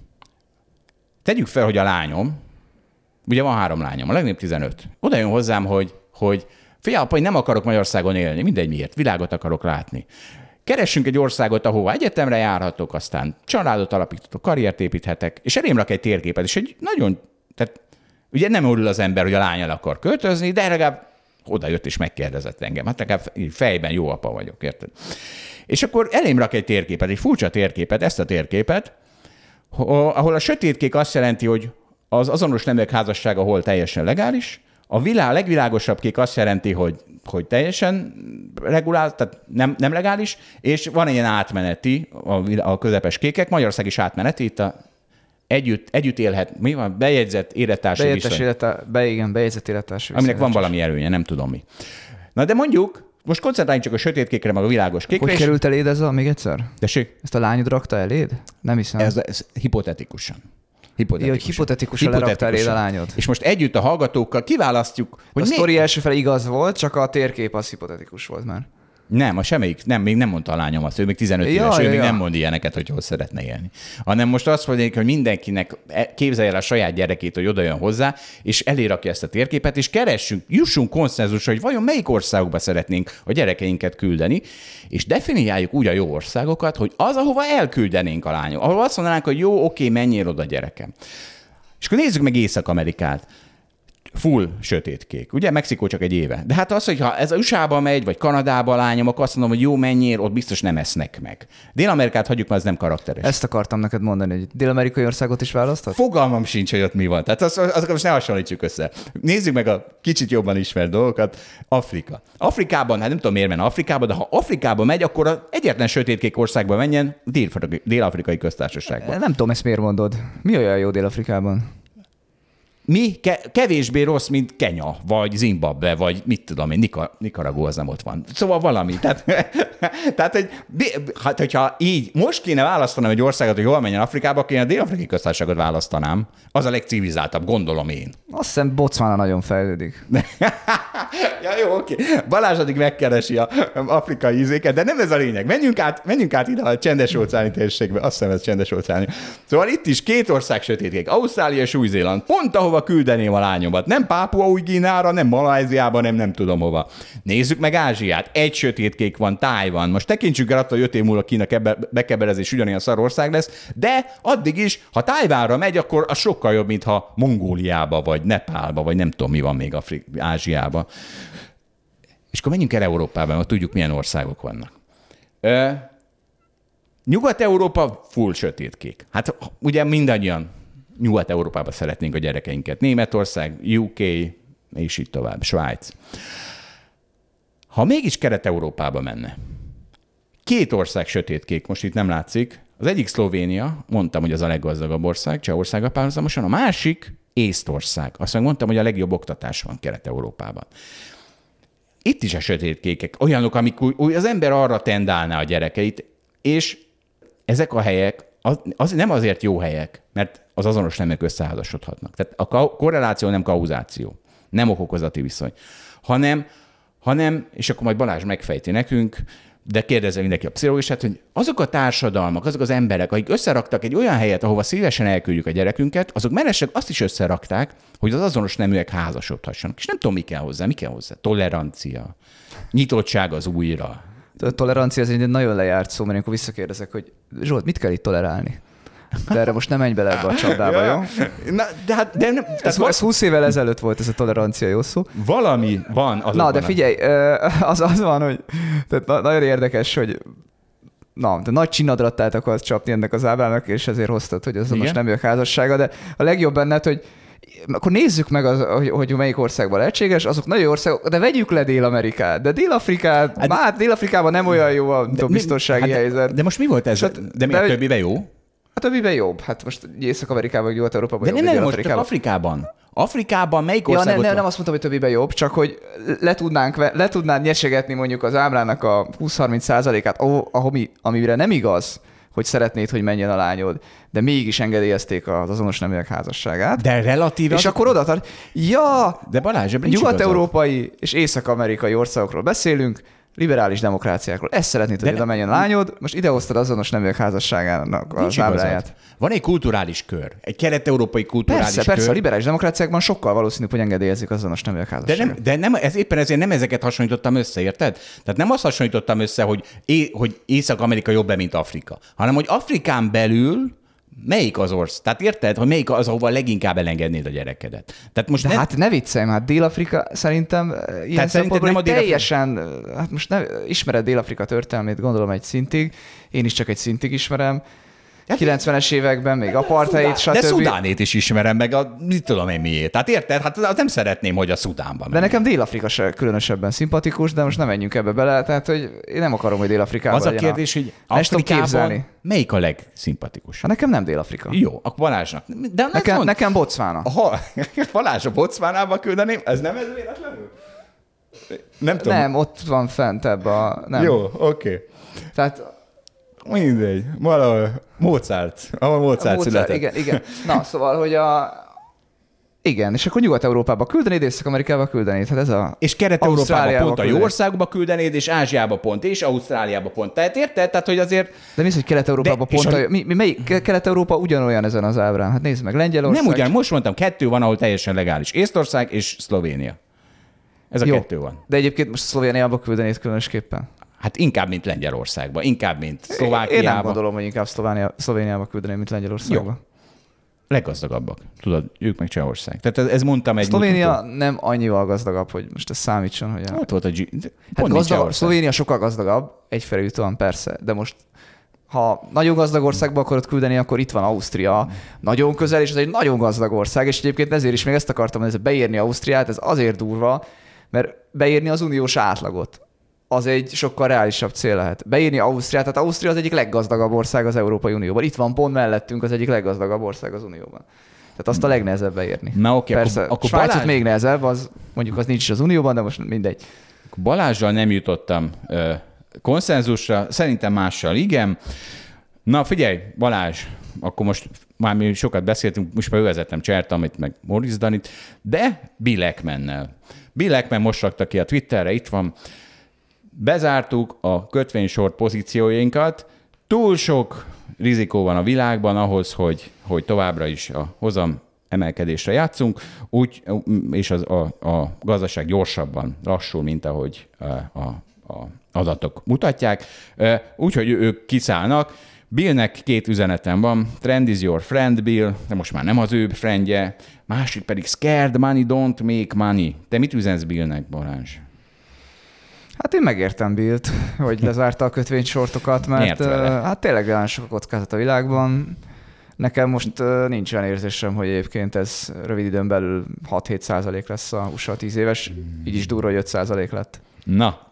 Tegyük fel, hogy a lányom, ugye van 3 lányom, a legnagyobb 15. Oda jön hozzám, hogy figyelj, apa, én nem akarok Magyarországon élni, mindegy miért, világot akarok látni. Keressünk egy országot, ahova egyetemre járhatok, aztán családot alapítatok, karriert építhetek, és elém rak egy térképet, és egy nagyon, tehát ugye nem örül az ember, hogy a lány el akar költözni, de legalább oda jött és megkérdezett engem. Hát legalább fejben jó apa vagyok, érted? És akkor elém rak egy térképet, egy furcsa térképet, ezt a térképet, ahol a sötétkék azt jelenti, hogy az azonos neműek házassága hol teljesen legális, a legvilágosabb kék azt jelenti, hogy teljesen regulált, tehát nem legális, és van egy ilyen átmeneti, a közepes kékek, Magyarország is átmeneti, itt együtt élhet, mi van? Bejegyzett élettársi viszony. Bejegyzett élettársi viszony. Aminek van valami előnye, nem tudom mi. Na de mondjuk, most koncentráljunk csak a sötét kékre, meg a világos kékre. Hogy került eléd ez még egyszer? Tessék? Ezt a lányod rakta eléd? Nem hiszem. Ez hipotetikusan. Hipotetikusan lerakta eléd a lányod. És most együtt a hallgatókkal kiválasztjuk, hogy a sztori első fele igaz volt, csak a térkép az hipotetikus volt már. Nem, még nem mondta a lányom azt, ő még 15 éves, ő még nem mond ilyeneket, hogy hol szeretne élni. Hanem most azt mondják, hogy mindenkinek képzelje el a saját gyerekét, hogy oda jön hozzá, és elérakja ezt a térképet, és jussunk konszenzusra, hogy vajon melyik országokba szeretnénk a gyerekeinket küldeni, és definiáljuk úgy a jó országokat, hogy az, ahova elküldenénk a lányok, ahol azt mondanánk, hogy jó, oké, menjél oda, gyerekem. És akkor nézzük meg Észak-Amerikát. Full sötétkék. Ugye Mexikó csak egy éve. De hát az, hogyha ez USA-ba megy, vagy Kanadába a lányom, akkor azt mondom, hogy jó, menjél, ott biztos nem esznek meg. Dél-Amerikát hagyjuk, mert ez nem karakteres. Ezt akartam neked mondani, hogy dél-amerikai országot is választhat? Fogalmam sincs, hogy ott mi van. Tehát azokat most ne hasonlítsuk össze. Nézzük meg a kicsit jobban ismert dolgokat. Afrika. Afrikában, hát nem tudom miért menne Afrikába, de ha Afrikába megy, akkor egyetlen sötétkék országba menjen, Dél-Afrikai Köztársaságban. Nem tudom, ezt miért mondod. Mi olyan jó Dél-Afrikában? Mi kevésbé rossz, mint Kenya, vagy Zimbabwe, vagy mit tudom én, Nicaragua az nem ott van. Szóval valami. Tehát hogyha így most kéne választanom egy országot, hogy hol menjen Afrikába, akkor én a Dél-Afrikai Köztársaságot választanám. Az a legcivilizáltabb, gondolom én. Azt hiszem Botswana nagyon fejlődik. Ja, jó, oké. Balázs addig megkeresi az afrikai ízéket, de nem ez a lényeg. Menjünk át ide a csendes-óceáni térségbe. Azt hiszem, ez csendes-óceáni. Szóval itt is 2 ország sötétkék. Ausztrália és Új-Zéland. Pont ahova küldeném a lányomat. Nem Pápua-Új-Guineára, nem Malajziába, nem tudom hova. Nézzük meg Ázsiát. Egy sötétkék van, Tájvan. Most tekintsük el attól, hogy 5 év múlva Kína bekebelezés ugyanilyen szar ország lesz, de addig is, ha Tájvánra megy, akkor az sokkal jobb, mint ha Mongóliába, vagy Nepálba, vagy nem tudom, mi van még Ázsiába. És akkor menjünk el Európába, mert tudjuk, milyen országok vannak. Nyugat-Európa full sötétkék. Hát ugye mindannyian Nyugat-Európába szeretnénk a gyerekeinket. Németország, UK, és így tovább, Svájc. Ha mégis Kelet-Európába menne, 2 ország sötétkék, most itt nem látszik, az egyik Szlovénia, mondtam, hogy az a leggazdagabb ország, Csehországgal párhuzamosan, a másik Észtország. Azt mondtam, hogy a legjobb oktatás van Kelet-Európában. Itt is a sötétkékek, olyanok, amik az ember arra tendálná a gyerekeit, és ezek a helyek az nem azért jó helyek, mert az azonos neműek összeházasodhatnak. Tehát a korreláció nem kauzáció, nem okokozati viszony, hanem, és akkor majd Balázs megfejti nekünk, de kérdezze mindenki a pszichológusát, hogy azok a társadalmak, azok az emberek, akik összeraktak egy olyan helyet, ahova szívesen elküldjük a gyerekünket, azok mellesleg azt is összerakták, hogy az azonos neműek házasodhassanak. És nem tudom, mi kell hozzá. Tolerancia, nyitottság az újra. A tolerancia az egy nagyon lejárt szó, mert amikor visszakérdezek, hogy Zsolt, mit kell itt tolerálni? De erre most nem menj bele ebbe a csapdába, jó? Na, de nem, ez 20 évvel ezelőtt volt ez a tolerancia, jó szó? Valami van azokban. Na, de figyelj, az van, hogy tehát nagyon érdekes, hogy de nagy csinadratát akarsz csapni ennek az ábrának, és ezért hoztad, hogy az most nem jön házassága, de a legjobb benned, hogy akkor nézzük meg, hogy melyik országban lehetséges, azok nagyon országok, de vegyük le Dél-Amerikát. De Dél-Afrikában nem olyan jó a biztonsági helyzet. De most mi volt ez? De mi a többiben jó? A többiben jobb. Hát most Észak-Amerikában, vagy Nyugat-Európában jobb. De nem most Afrikában. Afrikában melyik országot? Nem azt mondtam, hogy többiben jobb, csak hogy le tudnád nyesegetni mondjuk az ábrának a 20-30%-át, amire nem igaz, hogy szeretnéd, hogy menjen a lányod, de mégis engedélyezték az azonos neműek házasságát. De relatív... És akkor oda tart. Ja! De Balázs, nyugat-európai és észak-amerikai országokról beszélünk, liberális demokráciákról. Ezt szeretnéd, hogy oda menjen a lányod, most idehoztad azonos neműek házasságának az ábráját. Van egy kulturális kör, egy kelet-európai kulturális kör. Persze, a liberális demokráciákban sokkal valószínűbb, hogy engedélyezik az azonos neműek házasságát. De nem, éppen ezért nem ezeket hasonlítottam össze, érted? Tehát nem azt hasonlítottam össze, hogy Észak-Amerika jobb, mint Afrika, hanem hogy Afrikán belül melyik az ország? Tehát érted, hogy melyik az, ahova leginkább elengednéd a gyerekedet? Tehát most hát ne viccelj, hát Dél-Afrika szerintem ilyen szempontból teljesen, hát most ismered Dél-Afrika történelmét, gondolom egy szintig, én is csak egy szintig ismerem, 90-es években még apartheid, stb. De Szudánét is ismerem, meg mit tudom én miért. Tehát érted? Hát nem szeretném, hogy a Szudánban. De nekem Dél-Afrika se különösebben szimpatikus, de most nem menjünk ebbe bele, tehát hogy én nem akarom, hogy Dél-Afrikában az a kérdés, hogy Afrikában melyik a legszimpatikusabb? Hát nekem nem Dél-Afrika. Jó, akkor Balázsnak. De nekem Botswana. Balázs, a Botswanába küldeném, ez nem ez véletlenül? Nem tudom. Nem, ott van fent ebbe nem. Jó, oké. Tehát mindegy, valahol Mozart született. Igen. Na, szóval, hogy igen, és akkor Nyugat-Európába küldenéd, Észak-Amerikába küldenéd. Hát ez és Kelet-Európába pont a jó országokba küldenéd, és Ázsiába pont, és Ausztráliába pont. Tehát érted? Tehát, hogy azért... De mi az, hogy Kelet-Európába pont? Melyik Kelet-Európa ugyanolyan ezen az ábrán? Hát nézd meg, Lengyelország... Nem ugyan, most mondtam, 2 van, ahol teljesen legális. Észtország és Szlovénia. Ez a 2 van. De egyébként most Szlovéniába küldenéd különösképpen? Hát inkább, mint Lengyelországba, inkább, mint Szlovákiába. Én nem gondolom, hogy inkább Szlovéniába küldeném, mint Lengyelországba. Jó. Leggazdagabbak. Tudod, ők meg Csehország. Tehát ez mondtam egy... Szlovénia nem annyival gazdagabb, hogy most ez számítson, hogy... Ott volt a Szlovénia sokkal gazdagabb, egyfelé persze, de most ha nagyon gazdag országba akarod küldeni, akkor itt van Ausztria, nagyon közel, és ez egy nagyon gazdag ország, és egyébként ezért is még ezt akartam, hogy beírni Ausztriát, ez azért durva, mert beírni az uniós átlagot. Az egy sokkal reálisabb cél lehet. Beírni Ausztriát, tehát Ausztria az egyik leggazdagabb ország az Európai Unióban. Itt van pont mellettünk az egyik leggazdagabb ország az Unióban. Tehát azt a legnehezebb beírni. Na oké, persze, akkor Svájcot még nehezebb, az mondjuk az nincs is az Unióban, de most mindegy. Balázsral nem jutottam konszenzusra, szerintem mással igen. Na figyelj, Balázs, akkor most már mi sokat beszéltünk, most már vezettem Csertamit, meg Morris Danit, de Bill Ackmannel. Bill Ackman most rakta ki a Twitterre, itt van. Bezártuk a kötvénysort pozícióinkat, túl sok rizikó van a világban ahhoz, hogy továbbra is a hozam emelkedésre játszunk, és a gazdaság gyorsabban lassul, mint ahogy a adatok mutatják. Úgyhogy ők kiszállnak. Billnek 2 üzenetem van. Trend is your friend, Bill, de most már nem az ő friendje. Másik pedig scared money, don't make money. Te mit üzensz Billnek, Balázs? Hát én megértem Billt, hogy lezárta a kötvénysortokat, mert hát tényleg olyan sok a kockázat a világban. Nekem most nincs olyan érzésem, hogy egyébként ez rövid időn belül 6-7% lesz a USA 10 éves, így is durva, hogy 5% lett. Na,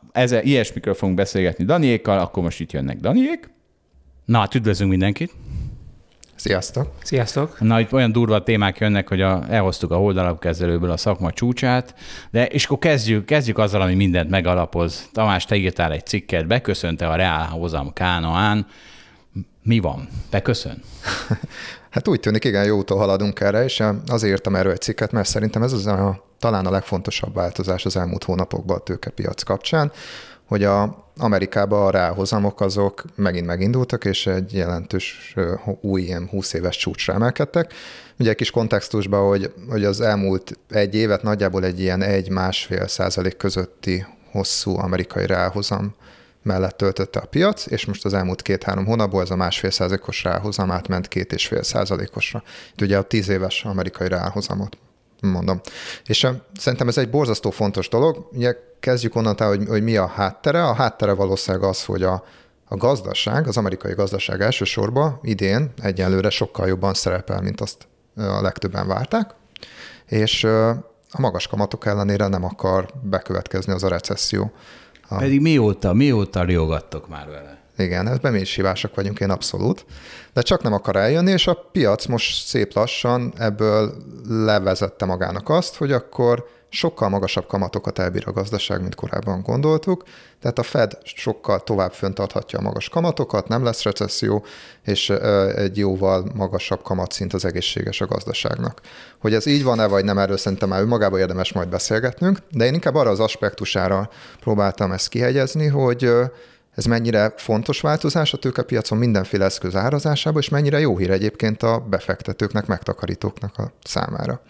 ilyesmikről fogunk beszélgetni Daniékkal, akkor most itt jönnek Daniék. Na, hát üdvözlünk mindenkit. Sziasztok! Sziasztok! Na, itt olyan durva témák jönnek, hogy elhoztuk a holdalapkezelőből a szakma csúcsát, és akkor kezdjük azzal, ami mindent megalapoz. Tamás, te írtál egy cikket, beköszönte a reálhozam Kánaán. Mi van? Beköszön? Hát úgy tűnik, igen, jó úton haladunk erre, és azért írtam erről egy cikket, mert szerintem ez talán a legfontosabb változás az elmúlt hónapokban a tőkepiac kapcsán, hogy Amerikában a reálhozamok azok megint megindultak, és egy jelentős új ilyen 20 éves csúcsra emelkedtek. Ugye egy kis kontextusban, hogy az elmúlt egy évet nagyjából egy ilyen 1-1,5% közötti hosszú amerikai reálhozam mellett töltötte a piac, és most az elmúlt 2-3 hónapból ez a 1,5%-os reálhozam átment 2,5%-osra. Itt ugye a 10 éves amerikai reálhozamot mondom. És szerintem ez egy borzasztó fontos dolog. Ugye kezdjük onnantól, hogy mi a háttere. A háttere valószínűleg az, hogy a gazdaság, az amerikai gazdaság elsősorban idén egyenlőre sokkal jobban szerepel, mint azt a legtöbben várták, és a magas kamatok ellenére nem akar bekövetkezni az a recesszió. Pedig mióta riogattok már vele? Igen, ebben mi is hibásak vagyunk, én abszolút. De csak nem akar eljönni, és a piac most szép lassan ebből levezette magának azt, hogy akkor sokkal magasabb kamatokat elbír a gazdaság, mint korábban gondoltuk. Tehát a Fed sokkal tovább fenntarthatja a magas kamatokat, nem lesz recesszió, és egy jóval magasabb kamatszint az egészséges a gazdaságnak. Hogy ez így van-e, vagy nem, erről szerintem már önmagában érdemes majd beszélgetnünk, de én inkább arra az aspektusára próbáltam ezt kihegyezni, hogy ez mennyire fontos változás a tőkepiacon mindenféle eszköz árazásában, és mennyire jó hír egyébként a befektetőknek, megtakarítóknak a számára.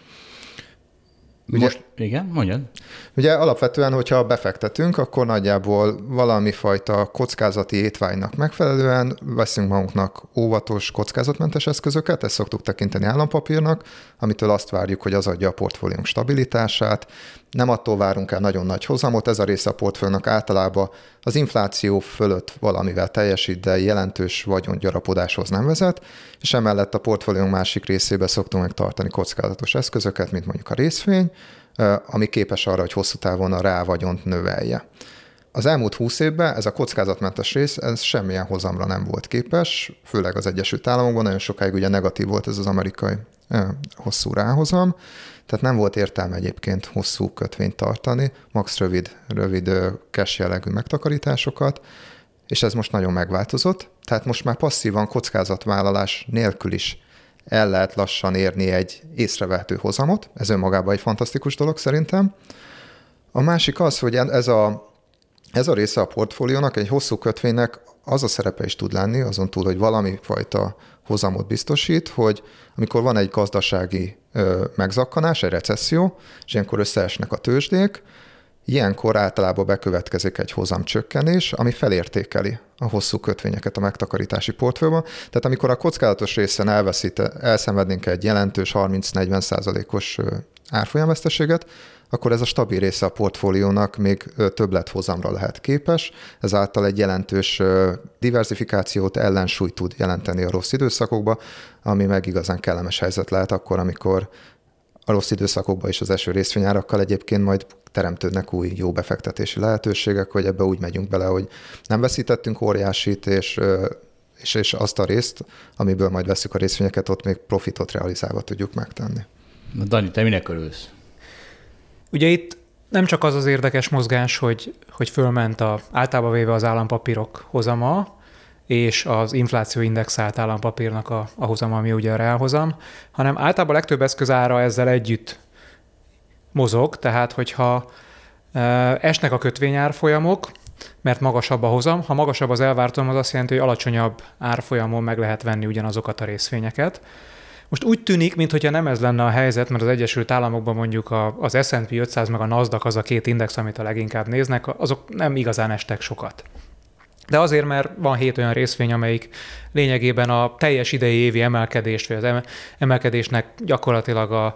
Igen, mondjad. Ugye alapvetően, hogyha befektetünk, akkor nagyjából valami fajta kockázati étvágynak megfelelően veszünk magunknak óvatos, kockázatmentes eszközöket, ezt szoktuk tekinteni állampapírnak, amitől azt várjuk, hogy az adja a portfóliónk stabilitását. Nem attól várunk el nagyon nagy hozamot, ez a része a portfóliónak általában az infláció fölött valamivel teljesít, de jelentős vagyongyarapodáshoz nem vezet, és emellett a portfóliónk másik részébe szoktunk megtartani kockázatos eszközöket, mint mondjuk a részvény, ami képes arra, hogy hosszú távon a reálvagyont növelje. Az elmúlt 20 évben ez a kockázatmentes rész, ez semmilyen hozamra nem volt képes, főleg az Egyesült Államokban, nagyon sokáig ugye negatív volt ez az amerikai hosszú ráhozam, tehát nem volt értelme egyébként hosszú kötvényt tartani, max rövid cash jellegű megtakarításokat, és ez most nagyon megváltozott, tehát most már passzívan kockázatvállalás nélkül is el lehet lassan érni egy észrevehető hozamot, ez önmagában egy fantasztikus dolog szerintem. A másik az, hogy ez a része a portfóliónak, egy hosszú kötvénynek az a szerepe is tud lenni, azon túl, hogy valami fajta hozamot biztosít, hogy amikor van egy gazdasági megzakkanás, egy recesszió, és ilyenkor összeesnek a tőzsdék, ilyenkor általában bekövetkezik egy hozamcsökkenés, ami felértékeli a hosszú kötvényeket a megtakarítási portfólióban. Tehát amikor a kockázatos részen elszenvednénk egy jelentős 30-40%-os árfolyamveszteséget, akkor ez a stabil része a portfóliónak még többlethozamra lehet képes, ezáltal egy jelentős diversifikációt, ellensúlyt tud jelenteni a rossz időszakokban, ami meg igazán kellemes helyzet lehet akkor, amikor a rossz időszakokban is az eső részvényárakkal egyébként majd teremtődnek új jó befektetési lehetőségek, hogy ebbe úgy megyünk bele, hogy nem veszítettünk óriásit, és azt a részt, amiből majd veszük a részvényeket, ott még profitot realizálva tudjuk megtenni. Na, Dani, te minek örülsz? Ugye itt nem csak az érdekes mozgás, hogy fölment általában véve az állampapírok hozama, és az infláció indexált állampapírnak a hozama, ami ugye a reálhozam, hanem általában a legtöbb eszközára ezzel együtt mozog, tehát hogyha esnek a kötvényárfolyamok, mert magasabb a hozam, ha magasabb az elvártom, az azt jelenti, hogy alacsonyabb árfolyamon meg lehet venni ugyanazokat a részvényeket. Most úgy tűnik, mintha nem ez lenne a helyzet, mert az Egyesült Államokban mondjuk az S&P 500 meg a Nasdaq az a két index, amit a leginkább néznek, azok nem igazán estek sokat. De azért, mert van 7 olyan részvény, amelyik lényegében a teljes idei évi emelkedést, vagy az emelkedésnek gyakorlatilag a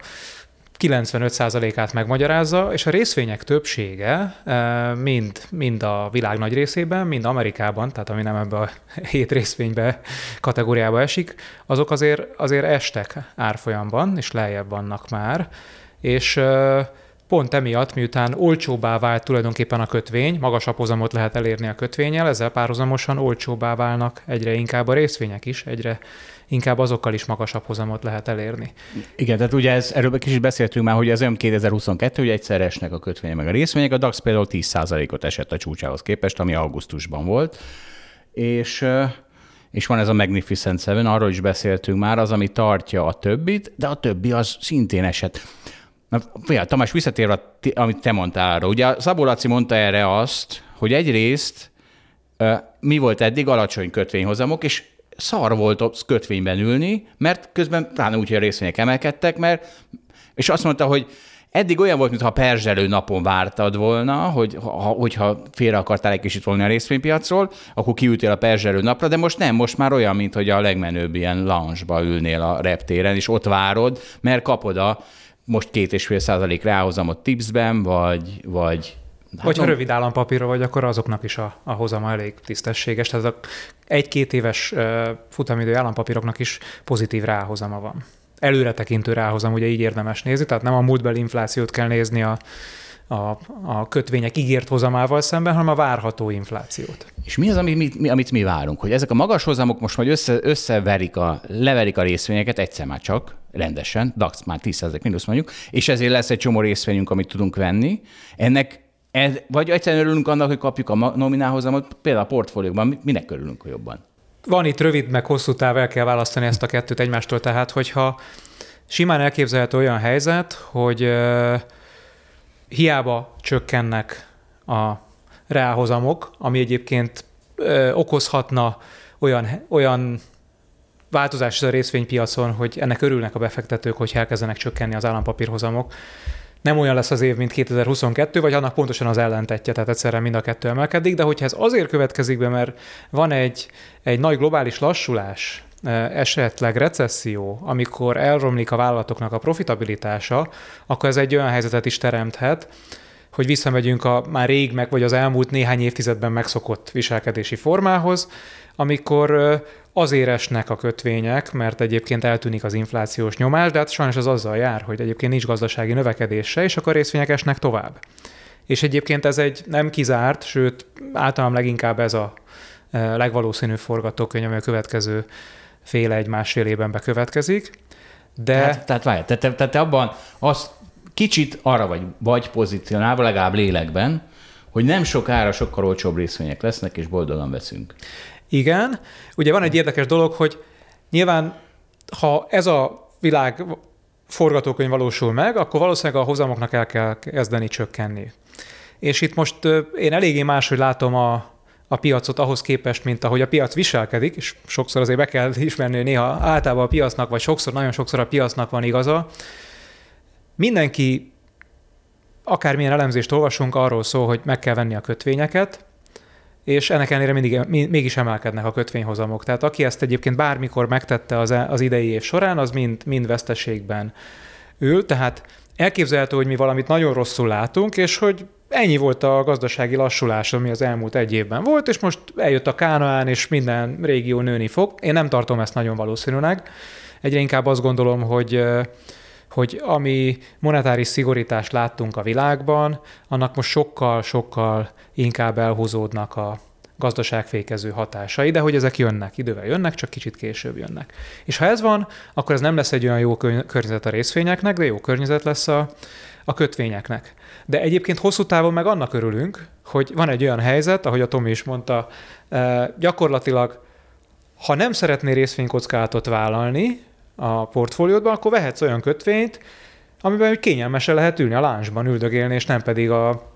95%-át megmagyarázza, és a részvények többsége mind a világ nagy részében, mind Amerikában, tehát ami nem ebbe a 7 részvénybe kategóriába esik, azok azért estek árfolyamban, és lejjebb vannak már, és pont emiatt, miután olcsóbbá vált tulajdonképpen a kötvény, magasabb hozamot lehet elérni a kötvényel, ezzel párhuzamosan olcsóbbá válnak egyre inkább a részvények is, egyre inkább azokkal is magasabb hozamot lehet elérni. Igen, tehát ugye erről kicsit beszéltünk már, hogy ez olyan 2022, hogy egyszerre esnek a kötvények meg a részvények, a DAX például 10%-ot esett a csúcsához képest, ami augusztusban volt, és van ez a Magnificent Seven, arról is beszéltünk már, az, ami tartja a többit, de a többi az szintén esett. Na, Tamás, visszatérve, amit te mondtál arra. Ugye Szabó Laci mondta erre azt, hogy egyrészt mi volt eddig alacsony kötvényhozamok, és szar volt kötvényben ülni, mert közben pláne úgy, hogy a részvények emelkedtek, és azt mondta, hogy eddig olyan volt, mintha perzselő napon vártad volna, hogyha félre akartál egy kicsit volna a részvénypiacról, akkor kiültél a perzselő napra, de most nem, most már olyan, mint hogy a legmenőbb ilyen lounge-ba ülnél a reptéren, és ott várod, mert kapod a most 2,5% ráhozamot tipsben, vagy ha rövid állampapírra vagy, akkor azoknak is a hozama elég tisztességes. Tehát a 1-2 éves futamidő állampapíroknak is pozitív ráhozama van. Előretekintő ráhozam, ugye így érdemes nézni, tehát nem a múltbeli inflációt kell nézni a kötvények ígért hozamával szemben, hanem a várható inflációt. És mi az, amit mi várunk? Hogy ezek a magas hozamok most majd leverik a részvényeket egyszer már csak, rendesen, DAX már 10% mínusz mondjuk, és ezért lesz egy csomó részvényünk, amit tudunk venni. Vagy egyszerűen örülünk annak, hogy kapjuk a nominálhozamot, például a portfóliókban, minek örülünk jobban? Van itt rövid, meg hosszú táv, el kell választani ezt a kettőt egymástól, tehát hogyha simán elképzelhető olyan helyzet, hogy hiába csökkennek a reálhozamok, ami egyébként okozhatna olyan változás a részvénypiacon, hogy ennek örülnek a befektetők, hogy elkezdenek csökkenni az állampapírhozamok. Nem olyan lesz az év, mint 2022, vagy annak pontosan az ellentetje, tehát egyszerre mind a kettő emelkedik, de hogyha ez azért következik be, mert van egy nagy globális lassulás, esetleg recesszió, amikor elromlik a vállalatoknak a profitabilitása, akkor ez egy olyan helyzetet is teremthet, hogy visszamegyünk a már rég vagy az elmúlt néhány évtizedben megszokott viselkedési formához, amikor azért esnek a kötvények, mert egyébként eltűnik az inflációs nyomás, de hát sajnos az azzal jár, hogy egyébként nincs gazdasági növekedése, és akkor a részvények esnek tovább. És egyébként ez egy nem kizárt, sőt általában leginkább ez a legvalószínűbb forgatókönyv, ami a következő másfél évben bekövetkezik. De... Tehát te abban azt kicsit arra vagy pozícionálva, legalább lélekben, hogy nem sokára sokkal olcsóbb részvények lesznek, és boldogan veszünk. Igen. Ugye van egy érdekes dolog, hogy nyilván, ha ez a világ forgatókönyv valósul meg, akkor valószínűleg a hozamoknak el kell kezdeni csökkenni. És itt most én eléggé máshogy látom a piacot ahhoz képest, mint ahogy a piac viselkedik, és sokszor azért be kell ismerni, hogy néha általában a piacnak, vagy nagyon sokszor a piacnak van igaza. Mindenki, akármilyen elemzést olvasunk, arról szól, hogy meg kell venni a kötvényeket, és ennek ellenére mégis emelkednek a kötvényhozamok. Tehát aki ezt egyébként bármikor megtette az idei év során, az mind veszteségben ül. Tehát elképzelhető, hogy mi valamit nagyon rosszul látunk, és hogy ennyi volt a gazdasági lassulás, ami az elmúlt egy évben volt, és most eljött a Kánaán, és minden régió nőni fog. Én nem tartom ezt nagyon valószínűleg. Egyre inkább azt gondolom, hogy ami monetáris szigorítást láttunk a világban, annak most sokkal inkább elhúzódnak a gazdaságfékező hatásai, de hogy ezek idővel jönnek, csak kicsit később jönnek. És ha ez van, akkor ez nem lesz egy olyan jó környezet a részvényeknek, de jó környezet lesz a kötvényeknek. De egyébként hosszú távon meg annak örülünk, hogy van egy olyan helyzet, ahogy a Tomi is mondta, gyakorlatilag, ha nem szeretnél részvénykockázatot vállalni a portfóliódban, akkor vehetsz olyan kötvényt, amiben kényelmesen lehet ülni a lounge-ban, üldögélni, és nem pedig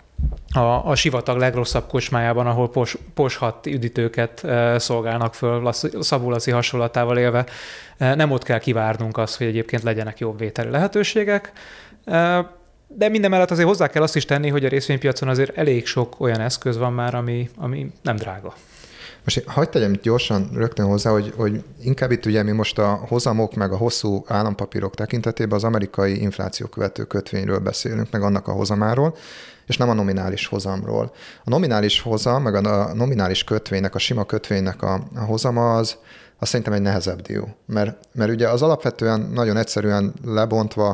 a sivatag legrosszabb kocsmájában, ahol poshat üdítőket szolgálnak föl, Szabó Laci hasonlatával élve. Nem ott kell kivárnunk azt, hogy egyébként legyenek jobb vételi lehetőségek. De mindemellett azért hozzá kell azt is tenni, hogy a részvénypiacon azért elég sok olyan eszköz van már, ami nem drága. Most hagyd tegyem gyorsan rögtön hozzá, hogy inkább itt ugye mi most a hozamok meg a hosszú állampapírok tekintetében az amerikai inflációkövető kötvényről beszélünk, meg annak a hozamáról, és nem a nominális hozamról. A nominális hozam, meg a nominális kötvénynek, a sima kötvénynek a hozama az szerintem egy nehezebb dió. Mert ugye az alapvetően nagyon egyszerűen lebontva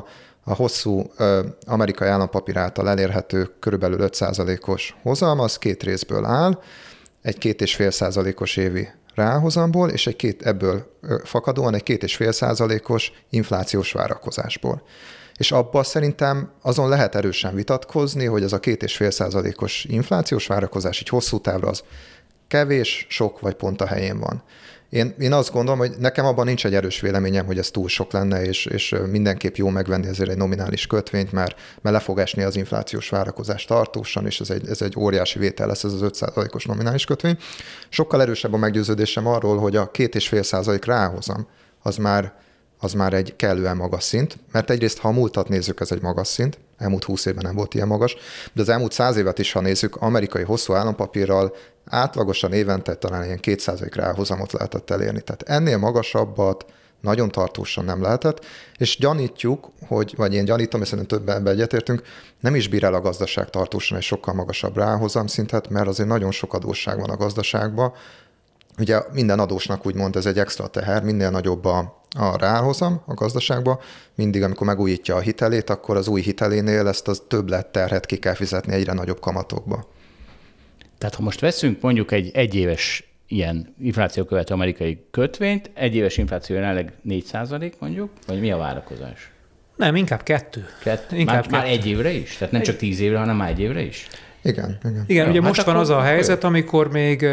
a hosszú amerikai állampapír által elérhető körülbelül 5%-os hozam, az két részből áll, egy 2,5%-os évi ráhozamból, és ebből fakadóan egy 2,5%-os inflációs várakozásból. És abban szerintem azon lehet erősen vitatkozni, hogy ez a 2,5%-os inflációs várakozás így hosszú távra az kevés, sok vagy pont a helyén van. Én azt gondolom, hogy nekem abban nincs egy erős véleményem, hogy ez túl sok lenne, és mindenképp jó megvenni ezért egy nominális kötvényt, mert le fog esni az inflációs várakozás tartósan, és ez egy óriási vétel lesz ez az 5%-os nominális kötvény. Sokkal erősebb a meggyőződésem arról, hogy a 2,5% ráhozam, az már egy kellően magas szint, mert egyrészt, ha a múltat nézzük, ez egy magas szint, elmúlt 20 évben nem volt ilyen magas, de az elmúlt 100 évet is, ha nézzük, amerikai hosszú állampapírral átlagosan évente talán ilyen 2% ráhozamot lehetett elérni. Tehát ennél magasabbat nagyon tartósan nem lehetett, és gyanítjuk, vagy én gyanítom, és szerintem többen ebben egyetértünk, nem is bír el a gazdaság tartósan egy sokkal magasabb ráhozamszintet, mert azért nagyon sok adósság van a gazdaságban. Ugye minden adósnak úgymond ez egy extra teher, minél nagyobb a ráhozam a gazdaságba, mindig, amikor megújítja a hitelét, akkor az új hitelénél ezt az többletterhet ki kell fizetni egyre nagyobb kamatokba. Tehát ha most veszünk mondjuk egy egyéves ilyen infláció követő amerikai kötvényt, egyéves infláció jelenleg 4% mondjuk, vagy mi a várakozás? Nem, inkább 2. Már egy évre is? Tehát nem csak 10 évre, hanem már egy évre is? Igen. Igen, ugye most van az a helyzet, amikor még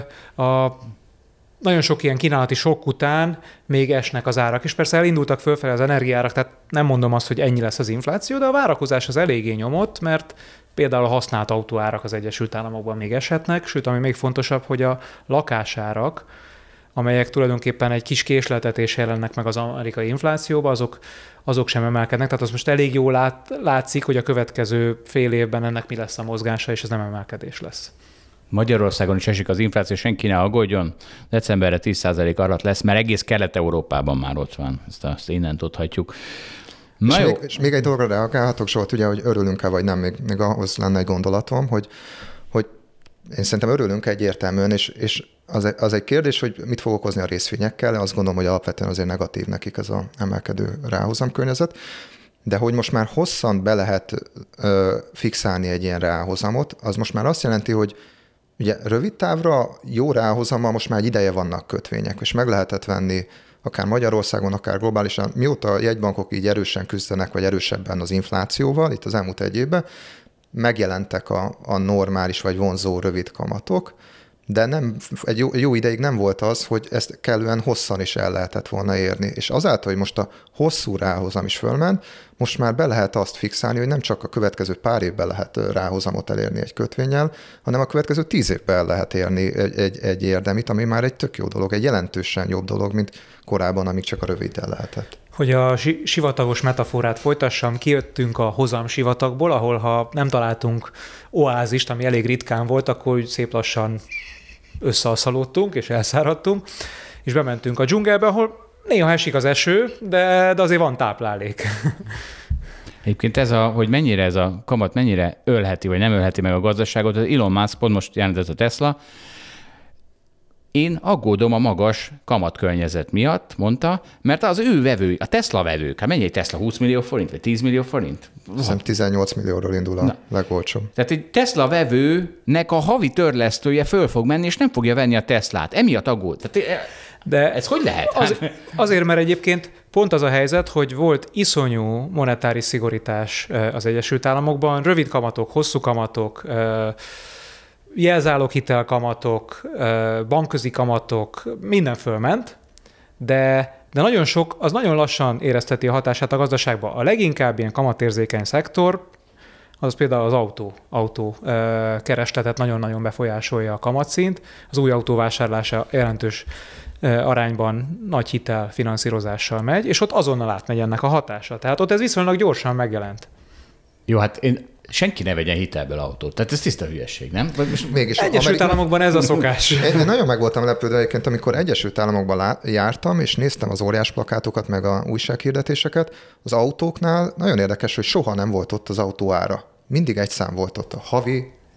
nagyon sok ilyen kínálati sok után még esnek az árak, és persze elindultak fölfelé az energiárak, tehát nem mondom azt, hogy ennyi lesz az infláció, de a várakozás az eléggé nyomott, mert például a használt autóárak az Egyesült Államokban még eshetnek, sőt, ami még fontosabb, hogy a lakásárak, amelyek tulajdonképpen egy kis késletetés jelennek meg az amerikai inflációba, azok sem emelkednek. Tehát az most elég jól látszik, hogy a következő fél évben ennek mi lesz a mozgása, és ez nem emelkedés lesz. Magyarországon is esik az infláció, senki ne aggódjon. Decemberre 10% alatt lesz, mert egész Kelet-Európában már ott van. Ezt innen tudhatjuk. És még egy dologra reagálhatok, Zsolt, ugye, hogy örülünk-e vagy nem, még ahhoz lenne egy gondolatom, hogy én szerintem örülünk egyértelműen, és az egy kérdés, hogy mit fog okozni a részvényekkel. Azt gondolom, hogy alapvetően azért negatív nekik ez az emelkedő ráhozamkörnyezet, de hogy most már hosszan be lehet fixálni egy ilyen ráhozamot, az most már azt jelenti, hogy ugye rövid távra jó ráhozammal most már egy ideje vannak kötvények, és meg lehetett venni akár Magyarországon, akár globálisan, mióta a jegybankok így erősen küzdenek, vagy erősebben az inflációval, itt az elmúlt egy évben, megjelentek a normális vagy vonzó rövid kamatok, de nem, egy jó ideig nem volt az, hogy ezt kellően hosszan is el lehetett volna érni. És azáltal, hogy most a hosszú ráhozam is fölment, most már be lehet azt fixálni, hogy nem csak a következő pár évben lehet ráhozamot elérni egy kötvényel, hanem a következő 10 évben el lehet érni egy érdemit, ami már egy tök jó dolog, egy jelentősen jobb dolog, mint korábban, amíg csak a röviden lehetett. Hogy a sivatagos metaforát folytassam, kijöttünk a hozam sivatagból, ahol ha nem találtunk oázist, ami elég ritkán volt, akkor szép lassan összeasszalódtunk és elszáradtunk, és bementünk a dzsungelbe, ahol néha esik az eső, de azért van táplálék. Egyébként hogy mennyire ez a kamat mennyire ölheti, vagy nem ölheti meg a gazdaságot, az Elon Musk pont most jelentett a Tesla. Én aggódom a magas kamatkörnyezet miatt, mondta, mert az ő vevői, a Tesla vevők, hát mennyi egy Tesla, 20 millió forint, vagy 10 millió forint? Hiszem 18 millióról indul a legolcsóbb. Tehát egy Tesla vevőnek a havi törlesztője föl fog menni, és nem fogja venni a Teslát. Emiatt aggód. De ez hogy lehet? Azért, mert egyébként pont az a helyzet, hogy volt iszonyú monetáris szigorítás az Egyesült Államokban, rövid kamatok, hosszú kamatok, jelzáloghitel kamatok, bankközi kamatok, minden fölment, de nagyon sok, az nagyon lassan érezteti a hatását a gazdaságba. A leginkább ilyen kamatérzékeny szektor, az például az autó keresletet nagyon-nagyon befolyásolja a kamatszint. Az új autó vásárlása jelentős arányban nagy hitel finanszírozással megy, és ott azonnal átmegy ennek a hatása. Tehát ott ez viszonylag gyorsan megjelent. Jó, hát senki ne vegyen hitelből autót. Tehát ez tiszta hülyesség, nem? Mégis Egyesült Államokban ez a szokás. Én nagyon meg voltam lepődve egyébként, amikor Egyesült Államokban jártam, és néztem az óriás plakátokat, meg a újsághirdetéseket. Az autóknál nagyon érdekes, hogy soha nem volt ott az autó ára. Mindig egy szám volt ott, a havi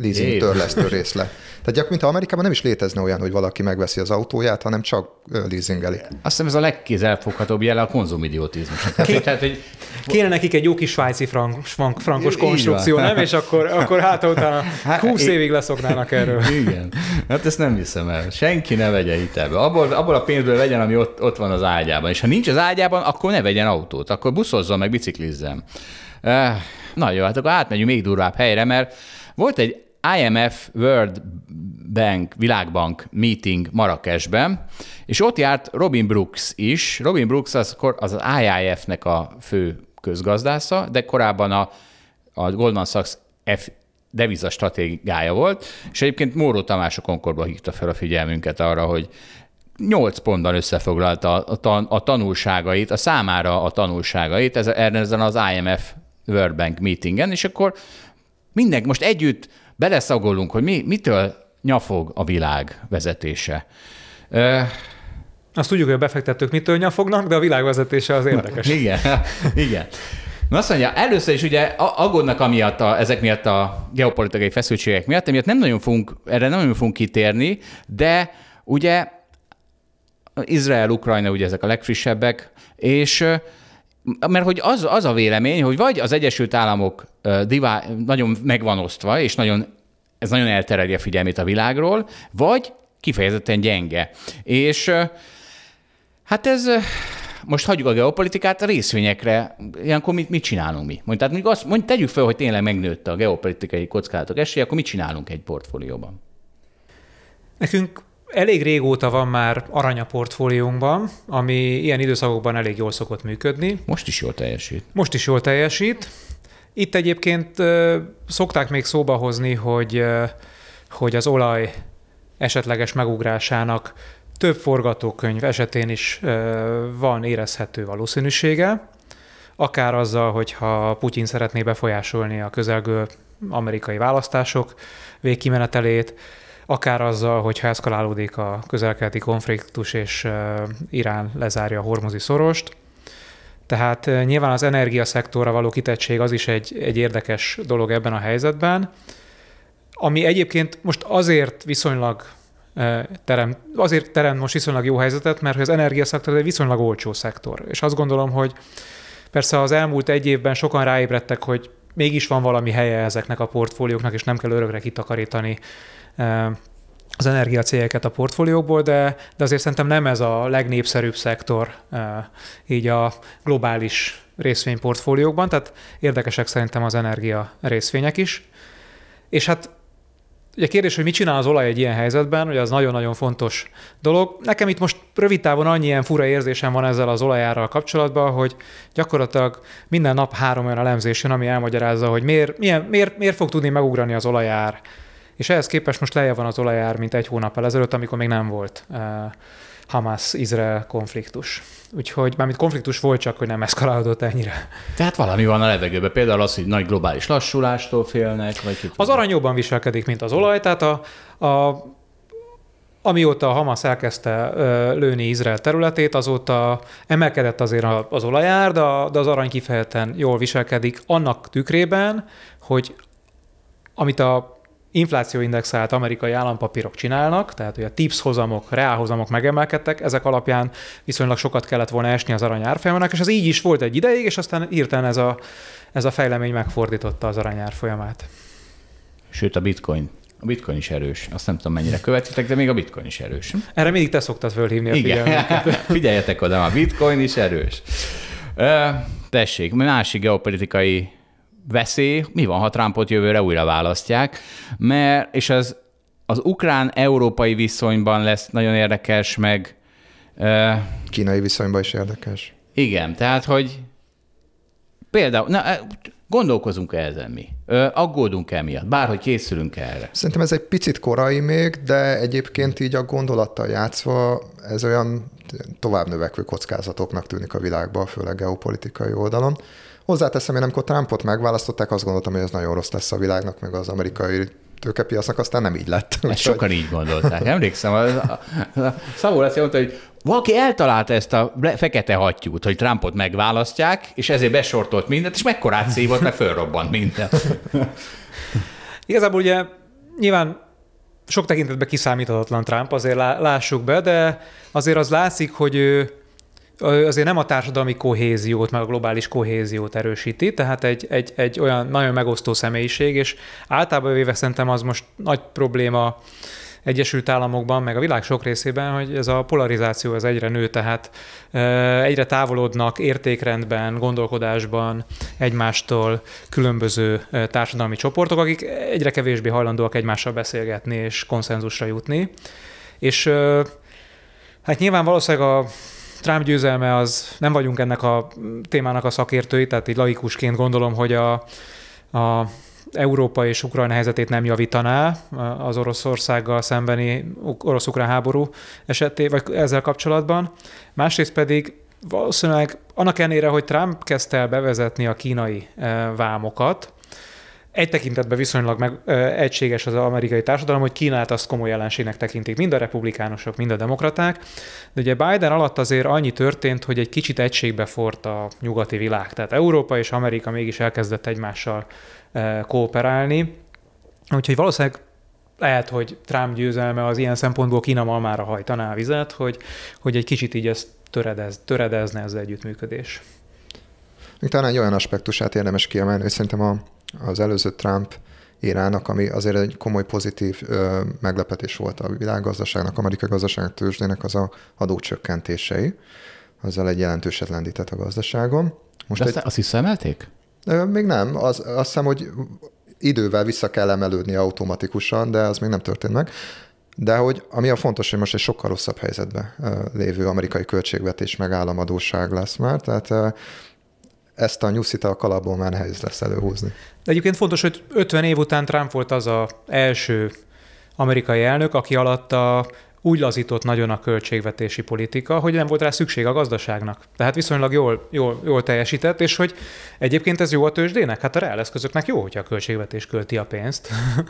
leasing törlesztő részlet. Tehát gyakorlatilag, mint Amerikában nem is létezne olyan, hogy valaki megveszi az autóját, hanem csak leasingeli. Azt hiszem ez a legkézzelfoghatóbb jele a konzumidiotizmus. Tehát, hogy Kéne nekik egy jó kis svájci frankos konstrukció, nem? És akkor hát utána 20 évig leszoknának erről. Igen. Hát ezt nem hiszem el. Senki ne vegye hitelbe. Abból a pénzből vegyen, ami ott van az ágyában. És ha nincs az ágyában, akkor ne vegyen autót. Akkor buszozzon, meg biciklizzen. Na jó, hát akkor átmegyünk még durvább helyre, mert volt egy IMF World Bank, Világbank meeting Marrakesben, és ott járt Robin Brooks is. Robin Brooks az IIF-nek a fő közgazdásza, de korábban a Goldman Sachs deviza stratégiája volt, és egyébként Móró Tamás a Concordba hívta fel a figyelmünket arra, hogy 8 pontban összefoglalta a tanulságait, a számára a tanulságait ezen az IMF World Bank meetingen, és akkor most együtt beleszagolunk, hogy mitől nyafog a világ vezetése. Azt tudjuk, hogy a befektetők mitől nyafognak, de a világ vezetése az érdekes. Igen. Azt mondja, először is ugye aggódnak ezek miatt a geopolitikai feszültségek miatt, emiatt erre nem nagyon fogunk kitérni, de ugye Izrael, Ukrajna, ugye ezek a legfrissebbek, és mert hogy az a vélemény, hogy vagy az Egyesült Államok nagyon megvan osztva, és ez nagyon eltereli a figyelmét a világról, vagy kifejezetten gyenge. És hát ez, most hagyjuk a geopolitikát, a részvényekre, ilyenkor mit csinálunk mi? Tehát tegyük fel, hogy tényleg megnőtt a geopolitikai kockázatok esélye, akkor mit csinálunk egy portfólióban? Nekünk elég régóta van már arany a portfóliónkban, ami ilyen időszakokban elég jól szokott működni. Most is jól teljesít. Itt egyébként szokták még szóba hozni, hogy az olaj esetleges megugrásának több forgatókönyv esetén is van érezhető valószínűsége, akár azzal, hogyha Putyin szeretné befolyásolni a közelgő amerikai választások végkimenetelét, akár azzal, hogyha eszkalálódik a közel-keleti konfliktus, és Irán lezárja a hormuzi szorost. Tehát nyilván az energiaszektorra való kitettség az is egy érdekes dolog ebben a helyzetben, ami egyébként most azért teremt most viszonylag jó helyzetet, mert az energiaszektor egy viszonylag olcsó szektor. És azt gondolom, hogy persze az elmúlt egy évben sokan ráébredtek, hogy mégis van valami helye ezeknek a portfólióknak, és nem kell örökre kitakarítani az energiacégeket a portfóliókból, de azért szerintem nem ez a legnépszerűbb szektor így a globális részvényportfóliókban, tehát érdekesek szerintem az energia részvények is. És hát ugye kérdés, hogy mit csinál az olaj egy ilyen helyzetben, ugye az nagyon-nagyon fontos dolog. Nekem itt most rövid távon annyi ilyen fura érzésem van ezzel az olajárral kapcsolatban, hogy gyakorlatilag minden nap 3 olyan elemzés jön, ami elmagyarázza, hogy miért fog tudni megugrani az olajár. És ehhez képest most lejjebb van az olajár, mint 1 hónappal ezelőtt, amikor még nem volt Hamas-Izrael konfliktus. Úgyhogy mármint konfliktus volt, csak hogy nem eszkalálódott ennyire. Tehát valami van a levegőben, például az, hogy nagy globális lassulástól félnek, vagy az arany jobban viselkedik, mint az olaj, tehát amióta a Hamas elkezdte lőni Izrael területét, azóta emelkedett azért az olajár, de az arany kifejezetten jól viselkedik annak tükrében, hogy amit a inflációindexált amerikai állampapírok csinálnak, tehát hogy a TIPS hozamok, reálhozamok megemelkedtek, ezek alapján viszonylag sokat kellett volna esni az arany árfolyamának, és az így is volt egy ideig, és aztán hirtelen ez a fejlemény megfordította az arany árfolyamát. Sőt, a bitcoin is erős. Azt nem tudom, mennyire követitek, de még a bitcoin is erős. Erre mindig te szoktad fölhívni a figyelmünket. Figyeljetek oda, a bitcoin is erős. Tessék, másik geopolitikai veszély, mi van, ha Trumpot jövőre újra választják, és az ukrán-európai viszonyban lesz nagyon érdekes, meg... Kínai viszonyban is érdekes. Igen, tehát, hogy például, gondolkozunk ezen mi? Aggódunk miatt? Bárhogy készülünk erre? Szerintem ez egy picit korai még, de egyébként így a gondolattal játszva ez olyan tovább növekvő kockázatoknak tűnik a világban, főleg geopolitikai oldalon. Hozzáteszem, én amikor Trumpot megválasztották, azt gondoltam, hogy ez nagyon rossz lesz a világnak, meg az amerikai tőkepiacnak, aztán nem így lett. Sokan így gondolták. Emlékszem, Szabó Laci mondta, hogy valaki eltalálta ezt a fekete hattyút, hogy Trumpot megválasztják, és ezért besortolt mindent, és mekkorát szívott, mert fölrobbant mindent. Igazából ugye nyilván sok tekintetben kiszámíthatatlan Trump, azért lássuk be, de azért az látszik, hogy ő azért nem a társadalmi kohéziót, meg a globális kohéziót erősíti, tehát egy olyan nagyon megosztó személyiség, és általában véve szerintem az most nagy probléma Egyesült Államokban, meg a világ sok részében, hogy ez a polarizáció ez egyre nő, tehát egyre távolodnak értékrendben, gondolkodásban egymástól különböző társadalmi csoportok, akik egyre kevésbé hajlandóak egymással beszélgetni és konszenzusra jutni. És hát nyilván valószínűleg a Trump győzelme az, nem vagyunk ennek a témának a szakértői, tehát így laikusként gondolom, hogy a Európa és Ukrajna helyzetét nem javítaná az Oroszországgal szembeni orosz-ukrán háború esetében, vagy ezzel kapcsolatban. Másrészt pedig valószínűleg annak ellenére, hogy Trump kezdte el bevezetni a kínai vámokat, egy tekintetben viszonylag egységes az amerikai társadalom, hogy Kínát azt komoly ellenségnek tekintik mind a republikánusok, mind a demokraták, de ugye Biden alatt azért annyi történt, hogy egy kicsit egységbe forrt a nyugati világ. Tehát Európa és Amerika mégis elkezdett egymással kooperálni. Úgyhogy valószínűleg lehet, hogy Trump győzelme az ilyen szempontból Kína malmára hajtaná a vizet, hogy egy kicsit így ezt töredezne ez az együttműködés. Talán egy olyan aspektusát érdemes kiemelni, hogy szerintem az előző Trump érának, ami azért egy komoly pozitív meglepetés volt a világgazdaságnak, amerikai gazdaságnak, tőzsdének, az a adócsökkentései. Azzal egy jelentőset lendített a gazdaságon. Most azt visszaemelték? Még nem. Azt hiszem, hogy idővel vissza kell emelődni automatikusan, de az még nem történt meg. De hogy ami a fontos, hogy most egy sokkal rosszabb helyzetben lévő amerikai költségvetés meg államadósság lesz már, tehát ezt a nyuszit a kalapból már nehéz lesz előhúzni. De egyébként fontos, hogy 50 év után Trump volt az az első amerikai elnök, aki alatta úgy lazított nagyon a költségvetési politika, hogy nem volt rá szükség a gazdaságnak. Tehát viszonylag jól teljesített, és hogy egyébként ez jó a tőzsdének? Hát a reáleszközöknek jó, hogyha a költségvetés költi a pénzt.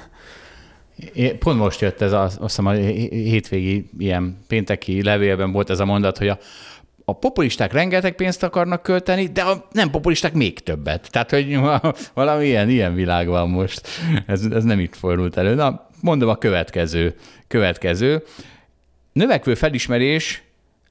Pont most jött ez, azt hiszem a hétvégi ilyen pénteki levélben volt ez a mondat, hogy a populisták rengeteg pénzt akarnak költeni, de a nem populisták még többet. Tehát, hogy valami ilyen világ van most. Ez nem itt fordult elő. Na, mondom a következő. Növekvő felismerés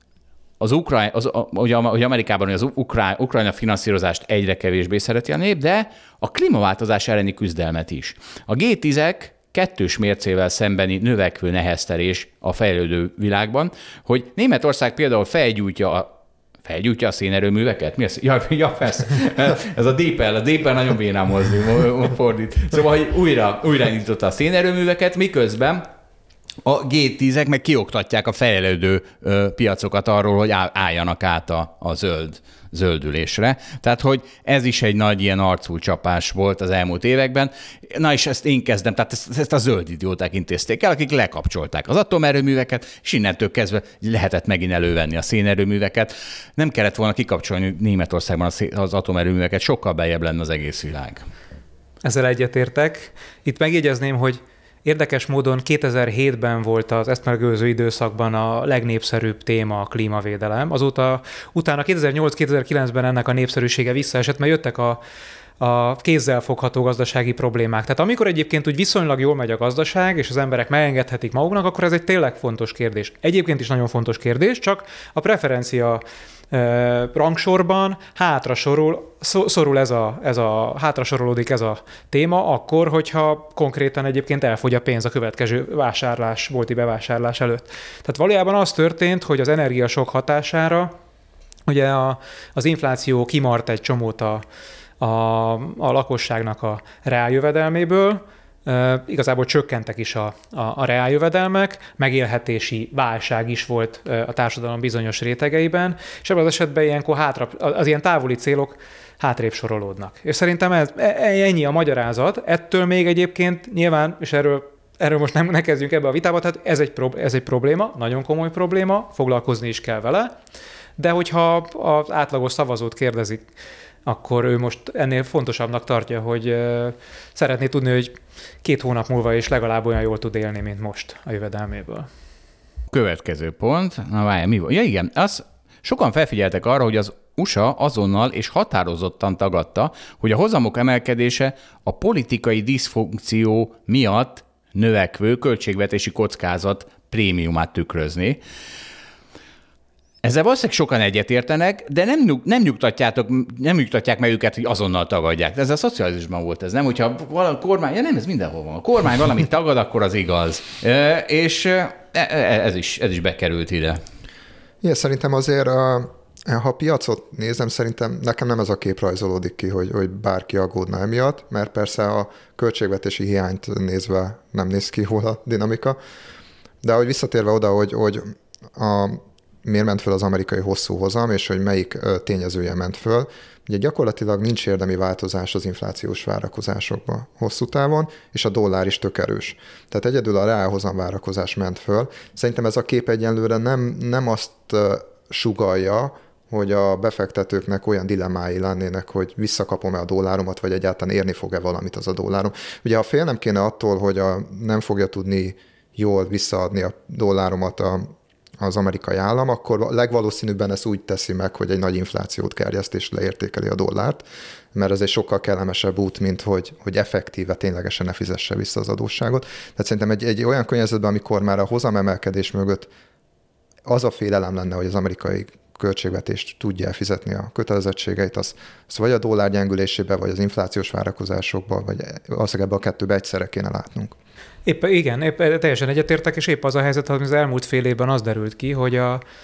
hogy Amerikában az Ukrajna finanszírozást egyre kevésbé szereti a nép, de a klímaváltozás elleni küzdelmet is. A G10-ek kettős mércével szembeni növekvő neheztelés a fejlődő világban, hogy Németország például felgyújtja a szénerőműveket? Mi az? Ja, persze. Ez a DPL nagyon bénám mozdul, fordít. Szóval, hogy újraindította a szénerőműveket, miközben a G10-ek meg kioktatják a fejlődő piacokat arról, hogy álljanak át a zöldülésre. Tehát, hogy ez is egy nagy ilyen arcúcsapás volt az elmúlt években. Na és ezt én kezdem, tehát ezt a zöld idióták intézték el, akik lekapcsolták az atomerőműveket, és innentől kezdve lehetett megint elővenni a szénerőműveket. Nem kellett volna kikapcsolni Németországban az atomerőműveket, sokkal beljebb lenne az egész világ. Ezzel egyetértek. Itt megjegyezném, hogy érdekes módon 2007-ben volt az ezt megelőző időszakban a legnépszerűbb téma a klímavédelem. Utána 2008-2009-ben ennek a népszerűsége visszaesett, mert jöttek a kézzelfogható gazdasági problémák. Tehát amikor egyébként úgy viszonylag jól megy a gazdaság, és az emberek megengedhetik maguknak, akkor ez egy tényleg fontos kérdés. Egyébként is nagyon fontos kérdés, csak a preferencia rangsorban hátrasorolódik ez a téma akkor, hogyha konkrétan egyébként elfogy a pénz a következő bolti bevásárlás előtt. Tehát valójában az történt, hogy az energiasok hatására ugye az infláció kimart egy csomót a lakosságnak a reáljövedelméből, igazából csökkentek is a reáljövedelmek, megélhetési válság is volt a társadalom bizonyos rétegeiben, és ebben az esetben ilyenkor az ilyen távoli célok hátrébb sorolódnak. És szerintem ennyi a magyarázat. Ettől még egyébként nyilván, és erről most ne kezdjünk ebbe a vitába, tehát ez egy probléma, nagyon komoly probléma, foglalkozni is kell vele, de hogyha az átlagos szavazót kérdezik, akkor ő most ennél fontosabbnak tartja, hogy szeretné tudni, hogy 2 hónap múlva is legalább olyan jól tud élni, mint most a jövedelméből. Következő pont. Na várjál, mi volt? Ja igen, sokan felfigyeltek arra, hogy az USA azonnal és határozottan tagadta, hogy a hozamok emelkedése a politikai diszfunkció miatt növekvő költségvetési kockázat prémiumát tükrözni. Ezzel valószínűleg sokan egyetértenek, de nem nyugtatják meg őket, hogy azonnal tagadják. Ez a szocializmusban volt ez, nem? Hogyha valami kormány, nem, ez mindenhol van. A kormány valamit tagad, akkor az igaz. És ez is bekerült ide. Igen, szerintem azért, ha a piacot nézem, szerintem nekem nem ez a kép rajzolódik ki, hogy bárki aggódna emiatt, mert persze a költségvetési hiányt nézve nem néz ki jól a dinamika. De hogy visszatérve oda, hogy miért ment föl az amerikai hosszú hozam, és hogy melyik tényezője ment föl. Ugye gyakorlatilag nincs érdemi változás az inflációs várakozásokban hosszú távon, és a dollár is tök erős. Tehát egyedül a reálhozam várakozás ment föl. Szerintem ez a kép egyenlőre nem azt sugallja, hogy a befektetőknek olyan dilemmái lennének, hogy visszakapom-e a dolláromat, vagy egyáltalán érni fog-e valamit az a dollárom. Ugye ha félnem kéne attól, hogy nem fogja tudni jól visszaadni a dolláromat az amerikai állam, akkor legvalószínűbben ezt úgy teszi meg, hogy egy nagy inflációt gerjeszt és leértékeli a dollárt, mert ez egy sokkal kellemesebb út, mint hogy effektíve ténylegesen ne fizesse vissza az adósságot. Tehát szerintem egy olyan környezetben, amikor már a hozamemelkedés mögött az a félelem lenne, hogy az amerikai költségvetést tudja elfizetni a kötelezettségeit, az vagy a dollár gyengülésébe, vagy az inflációs várakozásokba, vagy valószínűleg ebbe a kettőbe egyszerre kéne látnunk. Épp teljesen egyetértek, és épp az a helyzet, hogy az elmúlt fél évben az derült ki, hogy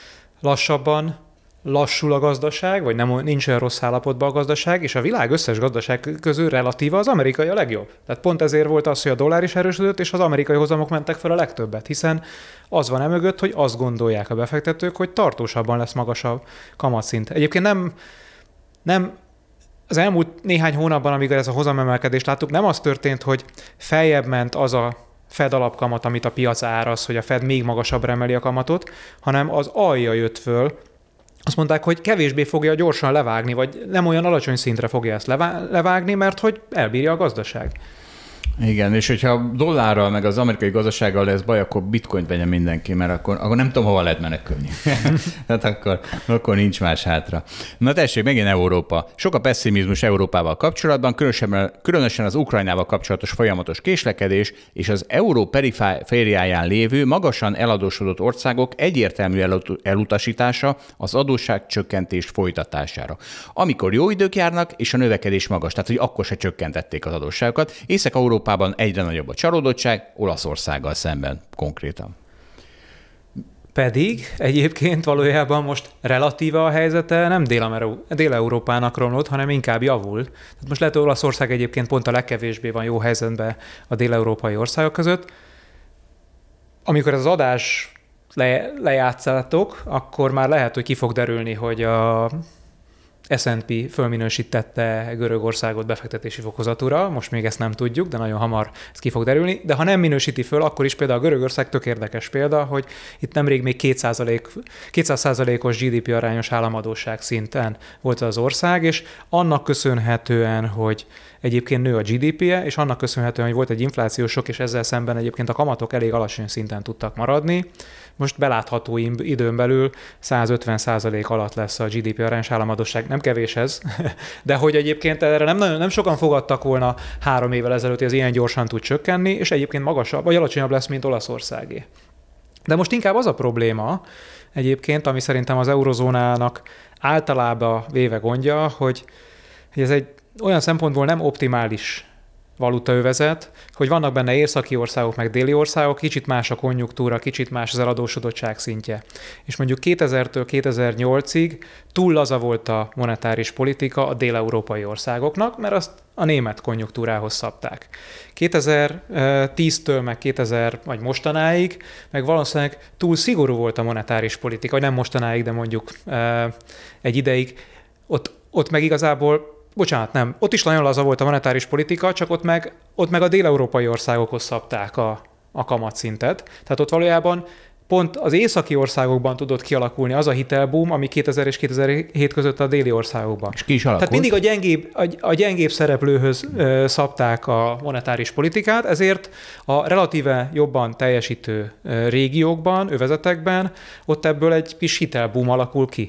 lassul a gazdaság, vagy nincs olyan rossz állapotban a gazdaság, és a világ összes gazdaság közül relatíva az amerikai a legjobb. Tehát pont ezért volt az, hogy a dollár is erősödött, és az amerikai hozamok mentek fel a legtöbbet, hiszen az van emögött, hogy azt gondolják a befektetők, hogy tartósabban lesz magasabb kamatszint. Egyébként nem az elmúlt néhány hónapban, amíg ez a hozamemelkedést láttuk, nem az történt, hogy feljebb ment az a Fed alapkamat, amit a piac áraz, hogy a Fed még magasabbra emeli a kamatot, hanem az alja jött föl. Azt mondták, hogy kevésbé fogja gyorsan levágni, vagy nem olyan alacsony szintre fogja ezt levágni, mert hogy elbírja a gazdaság. Igen, és hogyha a dollárral meg az amerikai gazdasággal lesz baj, akkor bitcoint vegyen mindenki, mert akkor nem tudom, hova lehet menekülni. Tehát akkor nincs más hátra. Na tessék, megint Európa. Sok a pessimizmus Európával kapcsolatban, különösen az Ukrajnával kapcsolatos folyamatos késlekedés és az euró perifériáján lévő, magasan eladósodott országok egyértelmű elutasítása az adósságcsökkentés folytatására. Amikor jó idők járnak, és a növekedés magas, tehát hogy akkor se csökkentették az adósságokat. Észak-Európában egyre nagyobb a csalódottság, Olaszországgal szemben konkrétan. Pedig egyébként valójában most relatíva a helyzete nem Dél-Európának romlott, hanem inkább javul. Tehát most lehet, hogy Olaszország egyébként pont a legkevésbé van jó helyzetben a dél-európai országok között. Amikor ez az adás lejátszátok, akkor már lehet, hogy ki fog derülni, hogy a S&P fölminősítette Görögországot befektetési fokozatúra, most még ezt nem tudjuk, de nagyon hamar ez ki fog derülni. De ha nem minősíti föl, akkor is például a Görögország tök érdekes példa, hogy itt nemrég még 200%-os GDP arányos államadósság szinten volt az ország, és annak köszönhetően, hogy egyébként nő a GDP-je, és annak köszönhetően, hogy volt egy inflációs sok, és ezzel szemben egyébként a kamatok elég alacsony szinten tudtak maradni. Most belátható időn belül 150% alatt lesz a GDP arányos államadósság. Nem kevés ez, de hogy egyébként erre nem sokan fogadtak volna 3 évvel ezelőtt, hogy ez ilyen gyorsan tud csökkenni, és egyébként magasabb, vagy alacsonyabb lesz, mint Olaszországé. De most inkább az a probléma egyébként, ami szerintem az eurozónának általában véve gondja, hogy ez egy olyan szempontból nem optimális valutaövezet, hogy vannak benne északi országok, meg déli országok, kicsit más a konjunktúra, kicsit más az eladósodottság szintje. És mondjuk 2000-től 2008-ig túl laza volt a monetáris politika a dél-európai országoknak, mert azt a német konjunktúrához szabták. 2010-től meg 2000 vagy mostanáig, meg valószínűleg túl szigorú volt a monetáris politika, vagy nem mostanáig, de mondjuk egy ideig. Ott meg igazából ott is nagyon laza volt a monetáris politika, csak ott meg a dél-európai országokhoz szabták a kamatszintet. Tehát ott valójában pont az északi országokban tudott kialakulni az a hitelboom, ami 2000 és 2007 között a déli országokban. És ki is alakult? Tehát mindig a gyengébb szereplőhöz szabták a monetáris politikát, ezért a relatíve jobban teljesítő régiókban, övezetekben ott ebből egy kis hitelboom alakul ki.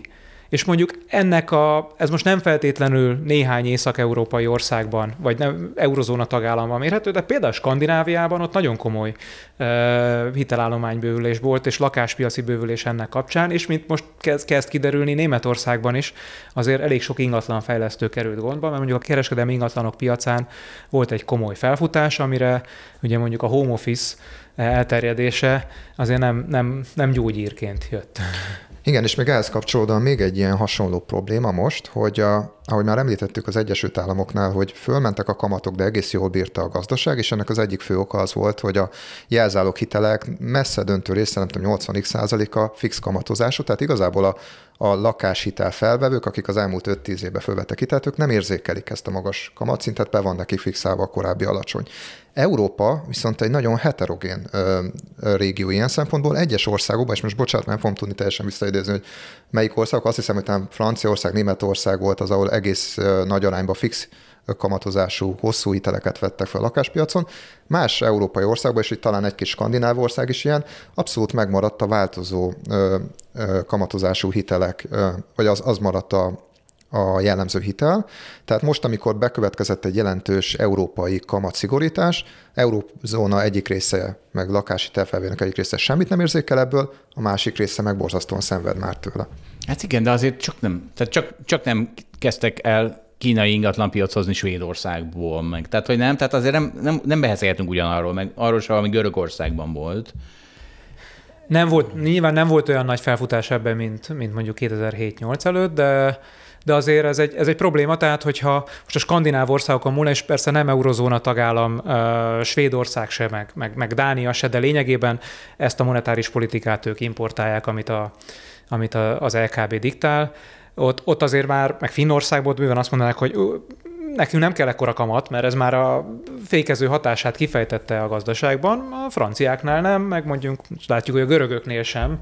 És mondjuk ez most nem feltétlenül néhány észak-európai országban, vagy nem eurozóna tagállamban mérhető, de például Skandináviában ott nagyon komoly hitelállománybővülés volt, és lakáspiaci bővülés ennek kapcsán, és mint most kezd kiderülni, Németországban is azért elég sok ingatlan fejlesztő került gondba, mert mondjuk a kereskedelmi ingatlanok piacán volt egy komoly felfutás, amire ugye mondjuk a home office elterjedése azért nem gyógyírként jött. Igen, és még ehhez kapcsolódóan még egy ilyen hasonló probléma most, hogy ahogy már említettük az Egyesült Államoknál, hogy fölmentek a kamatok, de egész jól bírta a gazdaság, és ennek az egyik fő oka az volt, hogy a jelzálog hitelek messze döntő része, nem tudom, 80%-a fix kamatozású, tehát igazából a lakáshitel felvevők, akik az elmúlt 5-10 évben fölvettek hitelt, ők nem érzékelik ezt a magas kamatszintet, be van neki fixálva a korábbi alacsony. Európa viszont egy nagyon heterogén régió ilyen szempontból. Egyes országokban, és most bocsánat, nem fogom tudni teljesen visszaidézni, hogy melyik országok, azt hiszem, hogy talán Franciaország, Németország volt az, ahol egész nagy arányban fix kamatozású hosszú hiteleket vettek fel a lakáspiacon. Más európai országban, és itt talán egy kis skandináv ország is ilyen, abszolút megmaradt a változó kamatozású hitelek, vagy az maradt a jellemző hitel. Tehát most, amikor bekövetkezett egy jelentős európai kamatszigorítás, eurózóna egyik része, meg lakáshitelfelvének egyik része semmit nem érzékel ebből, a másik része meg borzasztóan szenved már tőle. Hát igen, de azért csak nem kezdtek el kínai ingatlanpiac hozni Svédországból meg. Tehát, hogy nem, tehát azért nem beszélhetünk ugyanarról, meg arról sem, ami Görögországban volt. Nyilván nem volt olyan nagy felfutás ebben, mint mondjuk 2007-8 előtt, de azért ez egy probléma, tehát hogyha most a skandináv országokon múlna, és persze nem eurozóna tagállam, Svédország se, meg Dánia se, de lényegében ezt a monetáris politikát ők importálják, amit az LKB diktál. Ott azért már, meg Finnországból bőven azt mondanák, hogy nekünk nem kell ekkora kamat, mert ez már a fékező hatását kifejtette a gazdaságban, a franciáknál nem, meg mondjuk látjuk, hogy a görögöknél sem.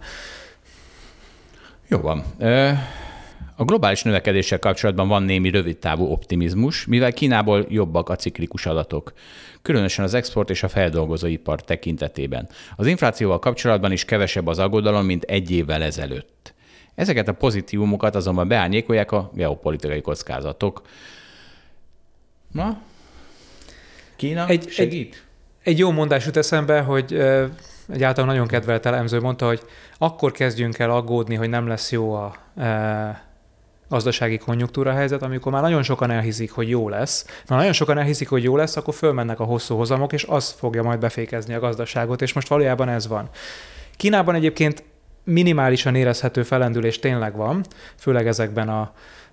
Jó van. A globális növekedéssel kapcsolatban van némi rövidtávú optimizmus, mivel Kínából jobbak a ciklikus adatok, különösen az export és a feldolgozóipar tekintetében. Az inflációval kapcsolatban is kevesebb az aggodalom, mint egy évvel ezelőtt. Ezeket a pozitívumokat azonban beárnyékolják a geopolitikai kockázatok. Na? Kína segít? Egy jó mondás jut eszembe, hogy egy általán nagyon kedvelt elemző mondta, hogy akkor kezdjünk el aggódni, hogy nem lesz jó a gazdasági konjunktúra helyzet, amikor már nagyon sokan elhiszik, hogy jó lesz. Ha nagyon sokan elhiszik, hogy jó lesz, akkor fölmennek a hosszú hozamok, és az fogja majd befékezni a gazdaságot, és most valójában ez van. Kínában egyébként minimálisan érezhető fellendülés tényleg van, főleg ezekben a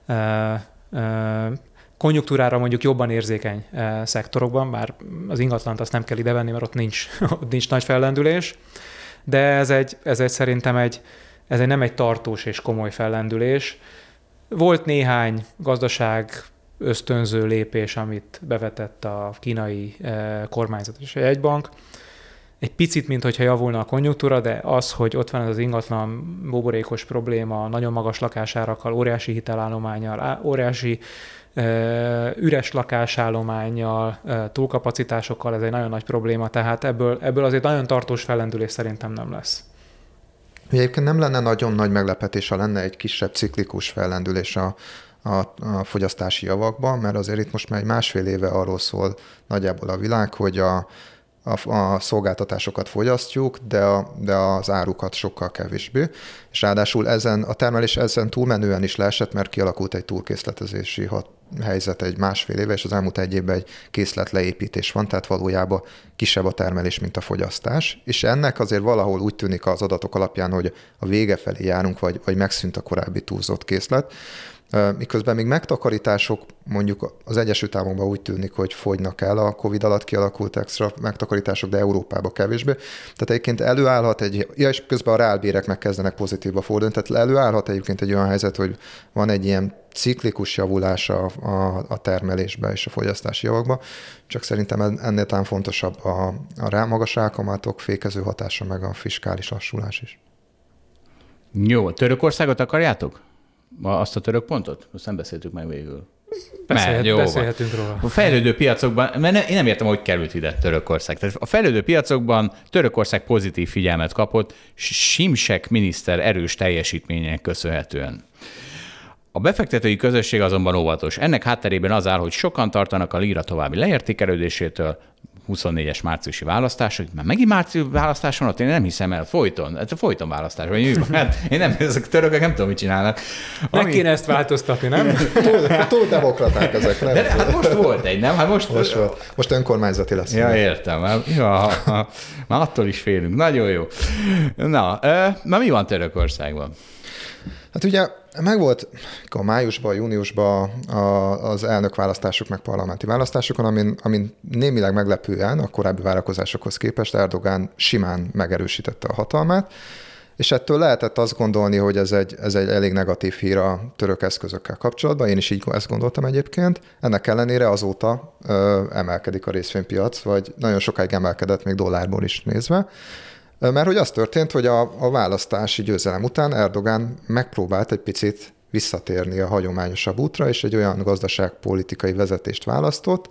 konjunktúrára mondjuk jobban érzékeny szektorokban, bár az ingatlant azt nem kell idevenni, mert ott nincs nagy fellendülés, de ez szerintem nem egy tartós és komoly fellendülés. Volt néhány gazdaság ösztönző lépés, amit bevetett a kínai kormányzat és a jegybank. Egy picit, mintha javulna a konjunktúra, de az, hogy ott van ez az ingatlan buborékos probléma, nagyon magas lakásárakkal, óriási hitelállománnyal, óriási üres lakásállománnyal, túlkapacitásokkal, ez egy nagyon nagy probléma, tehát ebből azért nagyon tartós fellendülés szerintem nem lesz. Egyébként nem lenne nagyon nagy meglepetés, ha lenne egy kisebb ciklikus fellendülés a fogyasztási javakban, mert azért itt most már egy másfél éve arról szól nagyjából a világ, hogy a szolgáltatásokat fogyasztjuk, de az árukat sokkal kevésbé. És ráadásul a termelés ezen túlmenően is leesett, mert kialakult egy túlkészletezési helyzet egy másfél éve, és az elmúlt egy évben egy készletleépítés van, tehát valójában kisebb a termelés, mint a fogyasztás. És ennek azért valahol úgy tűnik az adatok alapján, hogy a vége felé járunk, vagy megszűnt a korábbi túlzott készlet. Miközben még megtakarítások, mondjuk az Egyesült Államokban úgy tűnik, hogy fogynak el a Covid alatt kialakult extra megtakarítások, de Európában kevésbé. Tehát egyébként előállhat és közben a reálbérek megkezdenek pozitívba fordulni, tehát előállhat egyébként egy olyan helyzet, hogy van egy ilyen ciklikus javulás a termelésbe és a fogyasztási javakba, csak szerintem ennél talán fontosabb a magas rákamatok fékező hatása, meg a fiskális lassulás is. Jó, Törökországot akarjátok? Azt a török pontot? Azt nem beszéltük meg végül. Beszélhetünk róla. A fejlődő piacokban, mert én nem értem, hogy került ide Törökország. Tehát a fejlődő piacokban Törökország pozitív figyelmet kapott Şimşek miniszter erős teljesítményének köszönhetően. A befektetői közösség azonban óvatos. Ennek hátterében az áll, hogy sokan tartanak a lira további leértékelődésétől, 24-es márciusi választások, mert megint március választás van ott, én nem hiszem el, folyton választás van. Hát én nem, ezek törökök nem tudom, mit csinálnak. Meg kéne ezt változtatni, nem? Túl demokraták ezek, nem? De hát most volt egy, nem? Hát most volt. Most önkormányzati lesz. Ja, értem. Már attól is félünk. Nagyon jó. Na, mi van Törökországban? Hát ugye megvolt a májusban, júniusban az elnökválasztások, meg parlamenti választásokon, amin némileg meglepően a korábbi várakozásokhoz képest Erdogán simán megerősítette a hatalmát, és ettől lehetett azt gondolni, hogy ez egy elég negatív hír a török eszközökkel kapcsolatban. Én is így ezt gondoltam egyébként. Ennek ellenére azóta emelkedik a részvénypiac, vagy nagyon sokáig emelkedett még dollárból is nézve. Mert hogy az történt, hogy a választási győzelem után Erdogán megpróbált egy picit visszatérni a hagyományosabb útra, és egy olyan gazdaságpolitikai vezetést választott,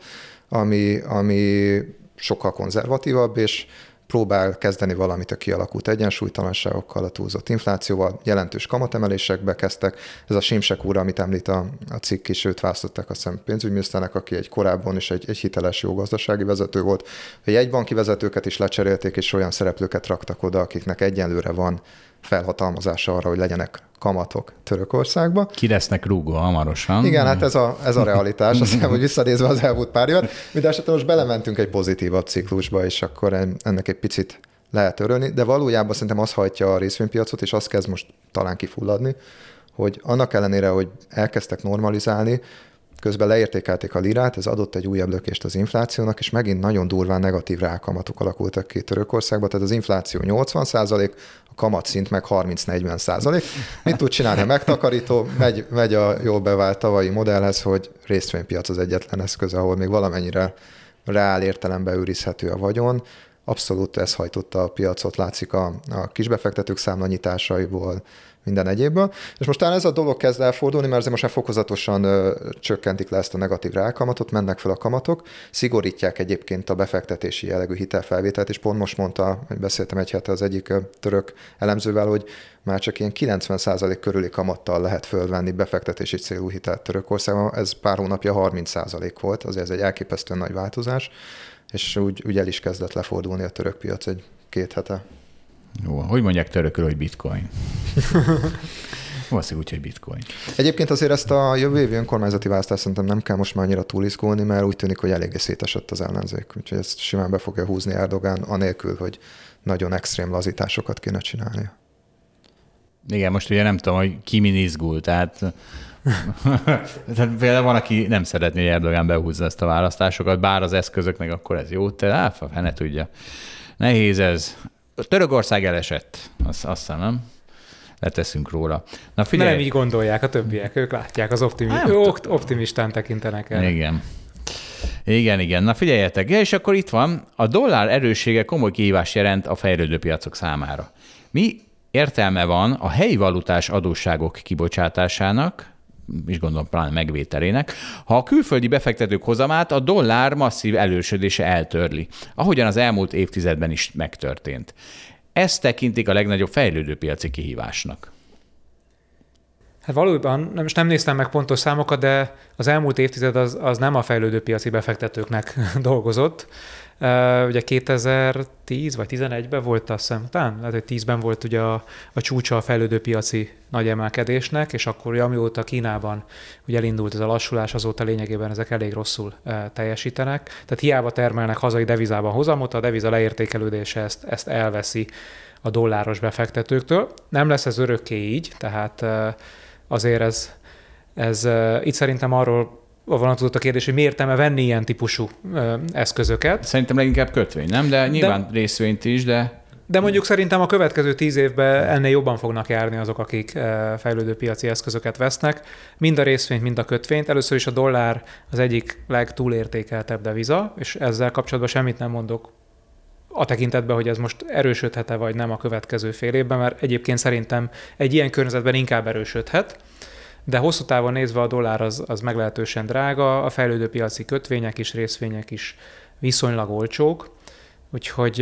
ami sokkal konzervatívabb, és próbál kezdeni valamit a kialakult egyensúlytalanságokkal, a túlzott inflációval, jelentős kamatemelésekbe kezdtek. Ez a Simsek úr, amit említ a cikk is, őt választották a pénzügyminiszternek, aki egy korábban is egy hiteles jó gazdasági vezető volt. A jegybanki vezetőket is lecserélték, és olyan szereplőket raktak oda, akiknek egyenlőre van felhatalmazása arra, hogy legyenek kamatok Törökországba. Ki lesznek rúgva hamarosan. Igen, hát ez a realitás, azt hiszem, hogy visszanézve az elmúlt pár évet. Mindenesetre most belementünk egy pozitívabb ciklusba, és akkor ennek egy picit lehet örülni, de valójában szerintem az hajtja a részvénypiacot, és az kezd most talán kifulladni, hogy annak ellenére, hogy elkezdtek normalizálni, közben leértékelték a lirát, ez adott egy újabb lökést az inflációnak, és megint nagyon durván negatív reálkamatok alakultak ki Törökországban, tehát az infláció 80%, a kamatszint meg 30-40%. Mit tud csinálni a megtakarító? Megy a jól bevált tavalyi modellhez, hogy részvénypiac az egyetlen eszköz, ahol még valamennyire reál értelemben őrizhető a vagyon. Abszolút ez hajtotta a piacot, látszik a kisbefektetők számlanyításaiból, minden egyébből. És most talán ez a dolog kezd elfordulni, mert azért most már fokozatosan csökkentik le ezt a negatív reálkamatot, mennek fel a kamatok, szigorítják egyébként a befektetési jellegű hitelfelvételt, és pont most mondta, hogy beszéltem egy hete az egyik török elemzővel, hogy már csak ilyen 90% körüli kamattal lehet fölvenni befektetési célú hitelt Törökországban. Ez pár hónapja 30% volt, azért ez egy elképesztően nagy változás, és úgy el is kezdett lefordulni a török piac egy 2 hete. Jó, hogy mondják törökről, hogy bitcoin? Valószínűleg úgy, hogy bitcoin. Egyébként azért ezt a jövő évi önkormányzati választást szerintem nem kell most már annyira túlizgulni, mert úgy tűnik, hogy eléggé szétesett az ellenzék. Úgyhogy ezt simán be fogja húzni Erdogán, anélkül, hogy nagyon extrém lazításokat kéne csinálnia. Igen, most ugye nem tudom, hogy ki min izgul, tehát például van, aki nem szeretné, hogy Erdogán behúzza ezt a választásokat, bár az eszközöknek akkor ez jó, de fene tudja. Nehéz ez. Törökország elesett, azt hiszem, nem? Leteszünk róla. Na figyelj. Nem így gondolják a többiek, ők látják, optimistán tekintenek el. Igen. Na figyeljetek, és akkor itt van, a dollár erőssége komoly kihívást jelent a fejlődő piacok számára. Mi értelme van a helyi valutás adósságok kibocsátásának, és gondolom pláne megvételének, ha a külföldi befektetők hozamát a dollár masszív erősödése eltörli, ahogyan az elmúlt évtizedben is megtörtént. Ezt tekintik a legnagyobb fejlődő piaci kihívásnak. Hát valóban, most nem néztem meg pontos számokat, de az elmúlt évtized az nem a fejlődő piaci befektetőknek dolgozott. Ugye 2010 vagy 11-ben volt, azt hiszem, talán lehet, hogy 10-ben volt ugye a csúcsa a fejlődő piaci nagy emelkedésnek, és akkor amióta Kínában ugye elindult ez a lassulás, azóta lényegében ezek elég rosszul teljesítenek. Tehát hiába termelnek hazai devizában hozamot, a deviza leértékelődése ezt elveszi a dolláros befektetőktől. Nem lesz ez örökké így, tehát azért ez itt szerintem arról vonakodott a kérdés, hogy miért nem venni ilyen típusú eszközöket. Szerintem leginkább kötvény, nem? De nyilván részvényt is, De mondjuk szerintem a következő 10 évben ennél jobban fognak járni azok, akik fejlődő piaci eszközöket vesznek. Mind a részvényt, mind a kötvényt. Először is a dollár az egyik legtúlértékeltebb deviza, és ezzel kapcsolatban semmit nem mondok a tekintetben, hogy ez most erősödhet-e vagy nem a következő fél évben, mert egyébként szerintem egy ilyen környezetben inkább erősödhet. De hosszú távon nézve a dollár az meglehetősen drága, a fejlődő piaci kötvények is, részvények is viszonylag olcsók, úgyhogy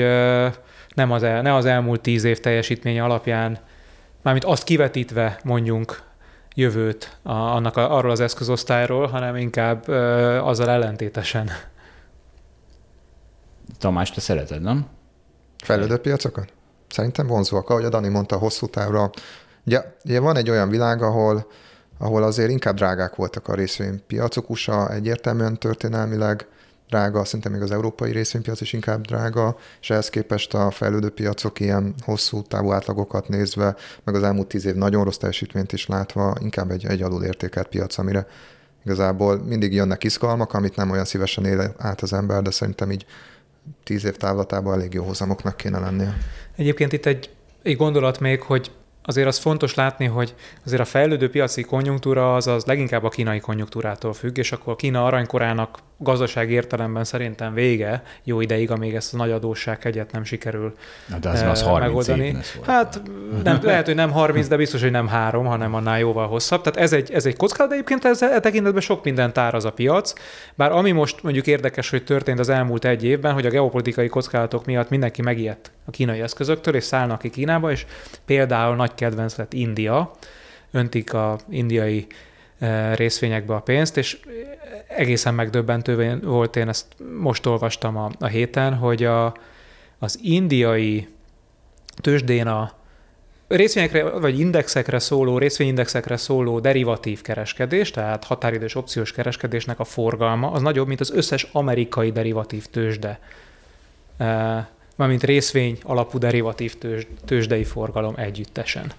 ne az elmúlt 10 év teljesítménye alapján, mármint azt kivetítve mondjunk jövőt arról az eszközosztályról, hanem inkább azzal ellentétesen. Tamás, te szereted, nem? Fejlődő piacokat? Szerintem vonzóak, ahogy a Dani mondta, hosszú távra. Ugye van egy olyan világ, ahol azért inkább drágák voltak a részvénypiacok. USA egyértelműen történelmileg drága, szerintem még az európai részvénypiac is inkább drága, és ehhez képest a fejlődő piacok ilyen hosszú távú átlagokat nézve, meg az elmúlt 10 év nagyon rossz teljesítményt is látva, inkább egy alulértékelt piac, amire igazából mindig jönnek izgalmak, amit nem olyan szívesen él át az ember, de szerintem így 10 év távlatában elég jó hozamoknak kéne lennie. Egyébként itt egy gondolat még, hogy azért az fontos látni, hogy azért a fejlődő piaci konjunktúra az leginkább a kínai konjunktúrától függ, és akkor Kína aranykorának gazdasági értelemben szerintem vége jó ideig, amíg ezt a nagy adóssághegyet nem sikerül de az 30 megoldani. Év hát nem, lehet, hogy nem 30, de biztos, hogy nem 3, hanem annál jóval hosszabb. Tehát ez egy kockázat, de egyébként e tekintetben sok mindent áraz a piac. Bár ami most mondjuk érdekes, hogy történt az elmúlt egy évben, hogy a geopolitikai kockázatok miatt mindenki megijedt a kínai eszközöktől, és szállnak ki Kínába, és például nagy kedvenc lett India, öntik az indiai részvényekbe a pénzt, és egészen megdöbbentő volt, én ezt most olvastam a héten, hogy az indiai tőzsdén a részvényekre vagy részvényindexekre szóló derivatív kereskedés, tehát határidős opciós kereskedésnek a forgalma, az nagyobb, mint az összes amerikai derivatív tőzsde, mármint részvény alapú derivatív tőzsdei forgalom együttesen.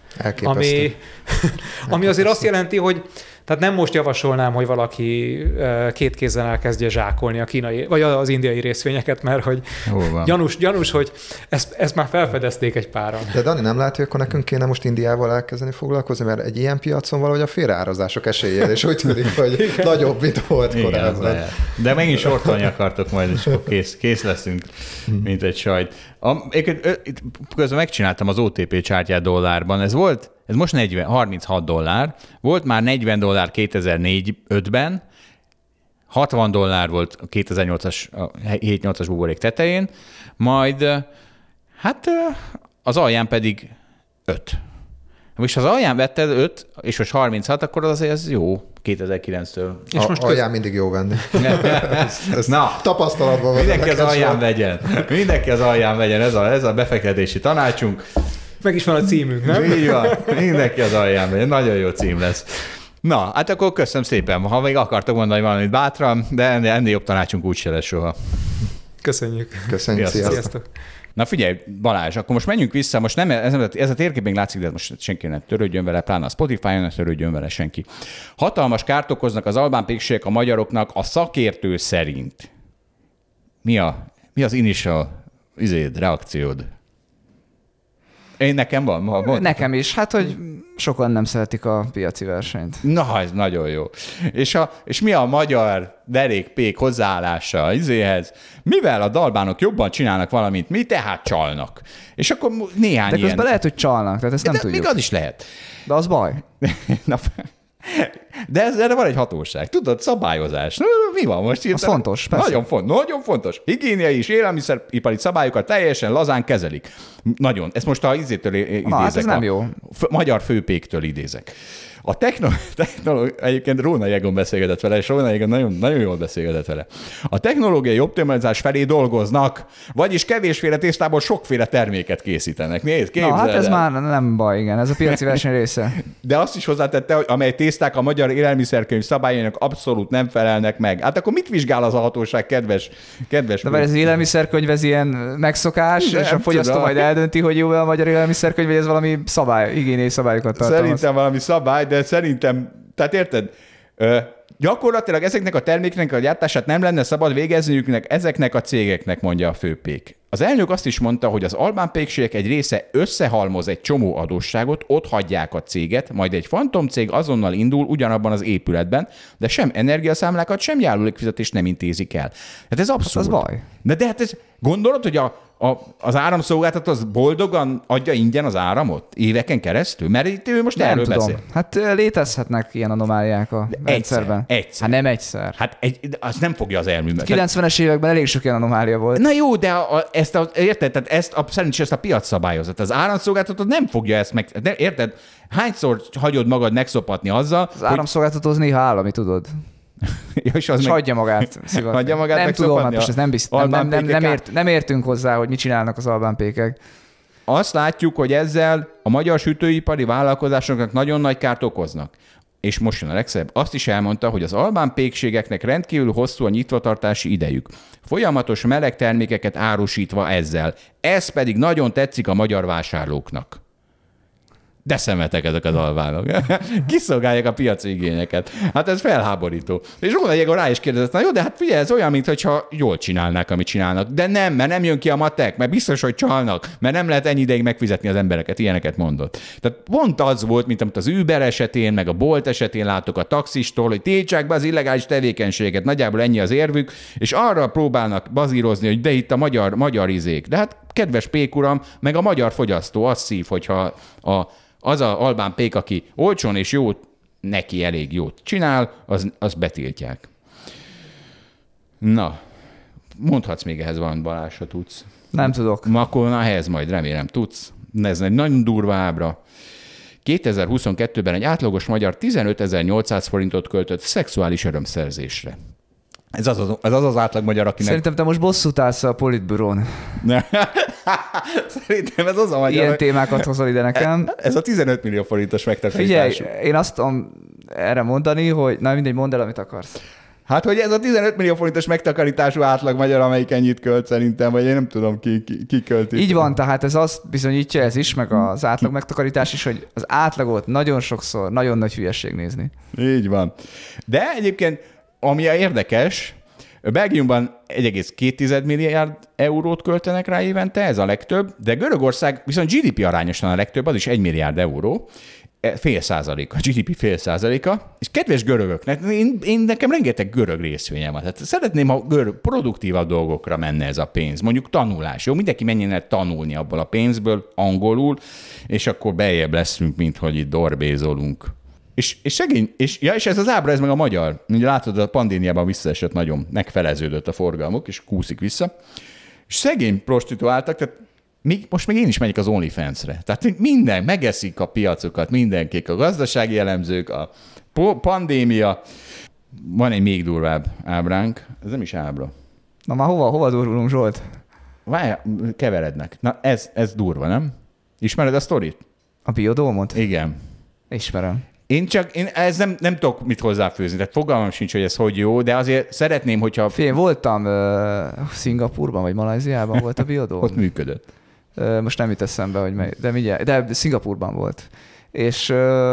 Ami azért azt jelenti, hogy tehát nem most javasolnám, hogy valaki két kézzel elkezdje zsákolni a kínai, vagy az indiai részvényeket, mert hogy gyanús, hogy ezt már felfedezték egy páran. De Dani, nem látja, hogy akkor nekünk kéne most Indiával elkezdeni foglalkozni, mert egy ilyen piacon valahogy a félreárazások esélye, és úgy tűnik, hogy nagyobb, mint volt korábban. De megint sortolni akartok majd, és akkor kész leszünk, mint egy sajt. Közben megcsináltam az OTP csártyát dollárban. Ez most 36 dollár, volt már 40 dollár 2004-5-ben, 60 dollár volt a 2008-as, 7-8-as buborék tetején, majd hát az alján pedig 5. Most ha az alján vetted 5, és most 36, akkor azért ez jó 2009-től. És most alján mindig jó venni. ez na, tapasztalatban van. Mindenki az alján vegyen. Mindenki az alján vegyen. Ez a befektetési tanácsunk. Meg is van a címünk, nem? Így van. Mindenki az alján vegyen. Nagyon jó cím lesz. Na, hát akkor köszönöm szépen. Ha még akartok mondani valamit bátran, de ennél jobb tanácsunk úgyse lesz soha. Köszönjük. Sziasztok. Na figyelj, Balázs, akkor most menjünk vissza, most nem, ez a térkép még látszik, de most senki nem törődjön vele, pláne a Spotify-on ne törődjön vele senki. Hatalmas kárt okoznak az albán pékségek a magyaroknak a szakértő szerint. Mi az initial reakciód? Nekem van? Nekem is. Hát, hogy sokan nem szeretik a piaci versenyt. Na, ez nagyon jó. És mi a magyar derékpék hozzáállása az izéhez? Mivel a dalbánok jobban csinálnak valamit, mi tehát csalnak. És akkor néhány de közben lehet, hogy csalnak, tehát ezt nem tudjuk. Még az is lehet. De az baj. De erre van egy hatóság. Tudod, szabályozás. Mi van most? Az fontos, persze. Nagyon fontos. Higiéniai és élelmiszeripari szabályokat teljesen lazán kezelik. Nagyon. Ezt most a izétől idézek. Hát ez nem jó. Magyar főpéktől idézek. A technológia, egyébként Róna Jegon beszélgetett vele, és Róna Jegon nagyon, nagyon jól beszélgetett vele. A technológiai optimalizás felé dolgoznak, vagyis kevésféle tésztából sokféle terméket készítenek. Na, hát ez már nem baj, igen, ez a piaci verseny része. De azt is hozzátette, hogy amely tészták a magyar élelmiszerkönyv szabályainak abszolút nem felelnek meg. Hát akkor mit vizsgál az a hatóság, kedves? De mert ez élelmiszerkönyv, ez ilyen megszokás, de és a fogyasztó majd eldönti, hogy jó a magyar élelmiszerkönyv, vagy ez valami szabály, higiéniai szabályokat tartalmaz. Szerintem valami szabály, de szerintem, tehát érted, gyakorlatilag ezeknek a terméknek a gyártását nem lenne szabad végezniük ezeknek a cégeknek, mondja a főpék. Az elnök azt is mondta, hogy az albán pékségek egy része összehalmoz egy csomó adósságot, ott hagyják a céget, majd egy fantomcég azonnal indul ugyanabban az épületben, de sem energiaszámlákat, sem járulékfizetést nem intézik el. Hát ez abszurd. Az baj. De hát ez, gondolod, hogy az áramszolgáltató az boldogan adja ingyen az áramot éveken keresztül? Mert itt ő most Nem erről tudom. beszél. Hát létezhetnek ilyen anomáliák a rendszerben. Egyszer. Hát nem egyszer. Hát azt nem fogja az elművet. 90-es években elég sok ilyen anomália volt. Na jó, de érted? Tehát szerencsés ezt a piac szabályozott. Az áramszolgáltató nem fogja ezt meg... De, érted? Hányszor hagyod magad megszopatni azzal, Az áramszolgáltató az néha állami, tudod. és az És meg... hagyja magát szívesen. Hagyja magát nem tudom, hát megszopatni most ez nem biztos. Nem értünk hozzá, hogy mit csinálnak az albánpékek. Azt látjuk, hogy ezzel a magyar sütőipari vállalkozásoknak nagyon nagy kárt okoznak. És most jön a legszebb. Azt is elmondta, hogy az albán pékségeknek rendkívül hosszú a nyitvatartási idejük. Folyamatos meleg termékeket árusítva ezzel. Ez pedig nagyon tetszik a magyar vásárlóknak. De szemetek ezek az albánok. Kiszolgálják a piaci igényeket. Hát ez felháborító. És Róna Jégor rá is kérdezett, na jó, de hát figyelj, ez olyan, mintha jól csinálnák, amit csinálnak. De nem, mert nem jön ki a matek, mert biztos, hogy csalnak, mert nem lehet ennyi ideig megfizetni az embereket. Ilyeneket mondott. Tehát pont az volt, mint amit az Uber esetén, meg a Bolt esetén látok a taxistól, hogy tiltsák be az illegális tevékenységet. Nagyjából ennyi az érvük, és arra próbálnak bazírozni, hogy de itt a magyar izék. De hát kedves pék uram, meg a magyar fogyasztó azt szív, hogyha az a albán pék, aki olcsón és jót, neki elég jót csinál, az betiltják. Na, mondhatsz még ehhez valamit, Balázs, ha tudsz. Nem tudok. Akkor ehhez majd remélem tudsz. Ez egy nagyon durva ábra. 2022-ben egy átlagos magyar 15.800 forintot költött szexuális örömszerzésre. Ez az átlag magyar, akinek... Szerintem te most bosszút állsz a politbürón. Szerintem ez az a magyar... Ilyen témákat hozol ide nekem. Ez a 15 millió forintos megtakarítás. Figyelj, én azt tudom erre mondani, hogy na mindegy, mondd el, amit akarsz. Hát, hogy ez a 15 millió forintos megtakarítású átlag magyar, amelyik ennyit költ szerintem, vagy én nem tudom, ki költi. Így van, tehát ez azt bizonyítja, ez is, meg az átlag megtakarítás is, hogy az átlagot nagyon sokszor nagyon nagy hülyeség nézni. Így van. De egyébként, ami érdekes, Belgiumban 1,2 milliárd eurót költenek rá évente, ez a legtöbb, de Görögország viszont GDP arányosan a legtöbb, az is 1 milliárd euró, fél százaléka, GDP fél százaléka, és kedves görögök, nekem rengeteg görög részvényem van. Tehát szeretném, ha produktívabb dolgokra menne ez a pénz, mondjuk tanulás. Jó, mindenki menjen el tanulni abból a pénzből, angolul, és akkor beljebb leszünk, mint hogy itt dorbézolunk. És szegény, és ez az ábra, ez meg a magyar. Ugye látod, a pandémiában visszaesett nagyon, megfeleződött a forgalmuk, és kúszik vissza. És szegény prostituáltak, tehát most még én is megyek az OnlyFans-re. Tehát minden, megeszik a piacokat, mindenkik, a gazdasági elemzők, a pandémia. Van egy még durvább ábránk, ez nem is ábra. Na már hova durulunk, Zsolt? Várj, keverednek. Na ez durva, nem? Ismered a sztorit? A biodómot? Igen. Ismerem. Én ez nem tudok mit hozzáfőzni, tehát fogalmam sincs, hogy ez hogy jó, de azért szeretném, hogyha... Én voltam Szingapurban, vagy Malajziában volt a biodóm. Ott működött. Most nem jut eszembe, hogy de Szingapurban volt. És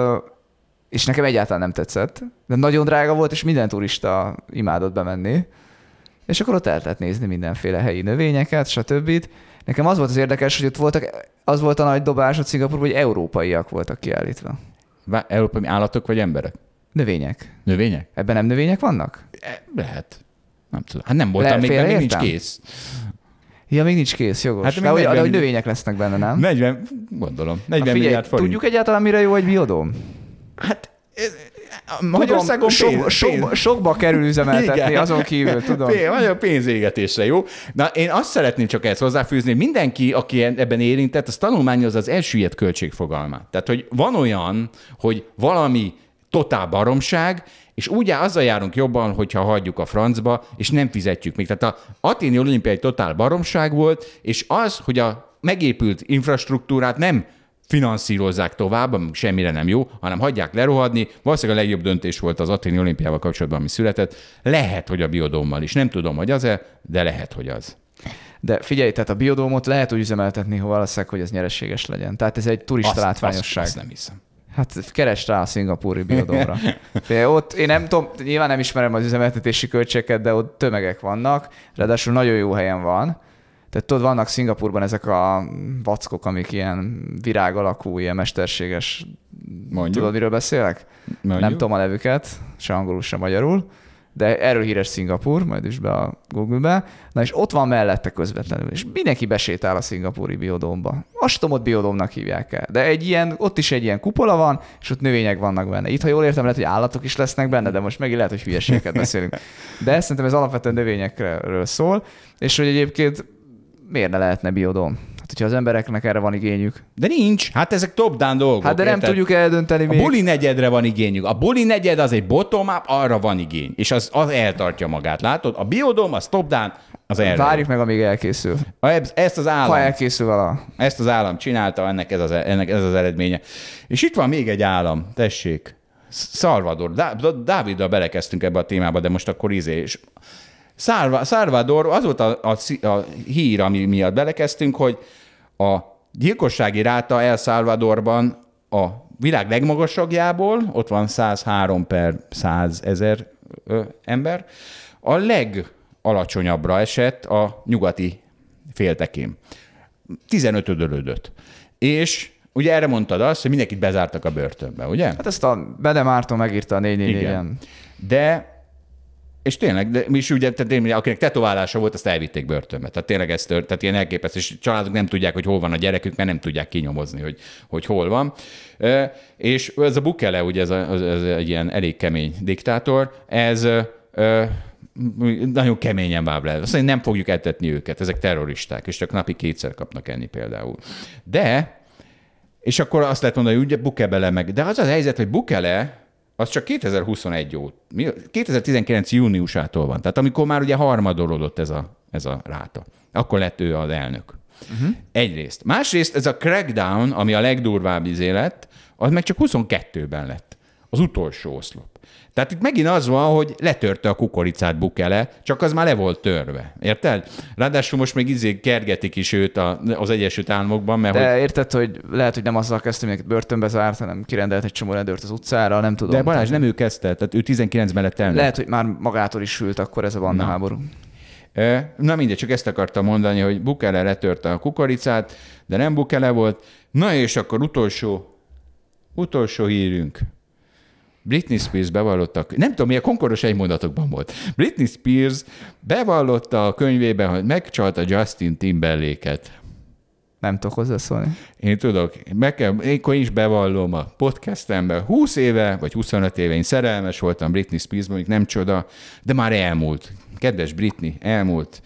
nekem egyáltalán nem tetszett, de nagyon drága volt, és minden turista imádott bemenni. És akkor ott el lehet nézni mindenféle helyi növényeket, stb. Nekem az volt az érdekes, hogy ott az volt a nagy dobás ott Szingapurban, hogy európaiak voltak kiállítva. Európai állatok vagy emberek? Növények. Növények? Ebben nem növények vannak? Lehet. Nem tudom. Hát nem voltam még, még nincs kész. Ja, még nincs kész, jogos. Hát de hogy növények lesznek benne, nem? 40, gondolom. 40 milliárd forint. Tudjuk egyáltalán, mire jó egy biodóm? Hát Magyarországon sokba kerül üzemeltetni, azon kívül, tudom. Magyar pénzégetésre, jó? Na, én azt szeretném csak ezt hozzáfűzni, hogy mindenki, aki ebben érintett, az tanulmányozza az elsüllyedt költségfogalmát. Tehát, hogy van olyan, hogy valami totál baromság, és úgy azzal járunk jobban, hogyha hagyjuk a francba, és nem fizetjük még. Tehát az Athéni olimpiai totál baromság volt, és az, hogy a megépült infrastruktúrát nem finanszírozzák tovább, semmire nem jó, hanem hagyják lerohadni. Valószínűleg a legjobb döntés volt az Athéni olimpiával kapcsolatban, ami született. Lehet, hogy a biodómmal is. Nem tudom, hogy az-e, de lehet, hogy az. De figyelj, tehát a biodómot lehet úgy üzemeltetni, ha valószínűleg, hogy ez nyereséges legyen. Tehát ez egy turista látványosság. Azt nem hiszem. Hát keresd rá a szingapúri biodómra. Ott, én nem tudom, nyilván nem ismerem az üzemeltetési költségeket, de ott tömegek vannak, ráadásul nagyon jó helyen van. Tehát tudod, vannak Szingapurban ezek a vackok, amik ilyen virág alakú, ilyen mesterséges... Mondjuk. Tudod, miről beszélek? Mondjuk. Nem tudom a nevüket, se angolul, se magyarul. de erről híres Szingapúr, majd is be a Google-be. Na és ott van mellette közvetlenül, és mindenki besétál a szingapúri biodómba. Azt tudom, ott biodómnak hívják el. De ott is egy ilyen kupola van, és ott növények vannak benne. Itt, ha jól értem, lehet, hogy állatok is lesznek benne, de most megint lehet, hogy hülyeségeket beszélünk. De szerintem ez alapvetően növényekről szól, és hogy egyébként miért ne lehetne biodóm? Hát, hogyha az embereknek erre van igényük. De nincs. Hát ezek top-down dolgok. Hát de nem tudjuk eldönteni még. A buli negyedre van igényük. A buli negyed az egy bottom-up, arra van igény. És az eltartja magát. Látod? A biodóm, az top-down, az erre. Várjuk meg, amíg elkészül. Ezt az állam. Ha elkészül vala. Ezt az állam csinálta, ennek ez az eredménye. És itt van még egy állam. Tessék. Salvador. Dáviddal belekezdtünk ebbe a témába, de most akkor és Salvador, az volt a hír, ami miatt belekezdtünk, hogy a gyilkossági ráta El Salvadorban a világ legmagasabbjából, ott van 103 per 100 000 ember, a legalacsonyabbra esett a nyugati féltekén. 15-ödölődött. És ugye erre mondtad azt, hogy mindenkit bezártak a börtönbe, ugye? Hát ezt a Bede Márton megírta a 444-en. De és tényleg, és ugye, akinek tetoválása volt, azt elvitték börtönbe. Tehát tényleg ez tehát ilyen elképesztő, és családok nem tudják, hogy hol van a gyerekük, mert nem tudják kinyomozni, hogy hol van. És ez a Bukele, ugye ez egy ilyen elég kemény diktátor, ez nagyon keményen vág le. Azt mondja, nem fogjuk etetni őket, ezek terroristák, és csak napi 2-szer kapnak enni például. De, és akkor azt lehet mondani, hogy ugye Bukele meg, de az a helyzet, hogy Bukele az csak 2021 óta, 2019 júniusától van. Tehát amikor már ugye harmadolódott ez a ráta. Akkor lett ő az elnök. Egyrészt. Másrészt ez a crackdown, ami a legdurvább lett, az meg csak 22-ben lett. Az utolsó oszlop. Tehát itt megint az van, hogy letörte a kukoricát Bukele, csak az már le volt törve. Érted? Ráadásul most még kergetik is őt az Egyesült Államokban. Mert de érted, hogy lehet, hogy nem azzal kezdtem, hogy börtönbe zárt, hanem kirendelt egy csomó rendőrt az utcára, nem tudom. De Balázs, nem ő kezdte, tehát ő 19-ben lett elnök. Lehet, hogy már magától is sült akkor ez a banda háború. Na mindegy, csak ezt akartam mondani, hogy Bukele letörte a kukoricát, de nem Bukele volt. Na és akkor utolsó hírünk. Britney Spears bevallotta, nem tudom, milyen konkoros egymondatokban volt. Britney Spears bevallotta a könyvében, hogy megcsalta Justin Timberlake-et. Nem tudok hozzászólni. Én tudok, én is bevallom a podcastemben. 20 éve, vagy 25 éve én szerelmes voltam Britney Spearsban, mondjuk nem csoda, de már elmúlt. Kedves Britney, elmúlt.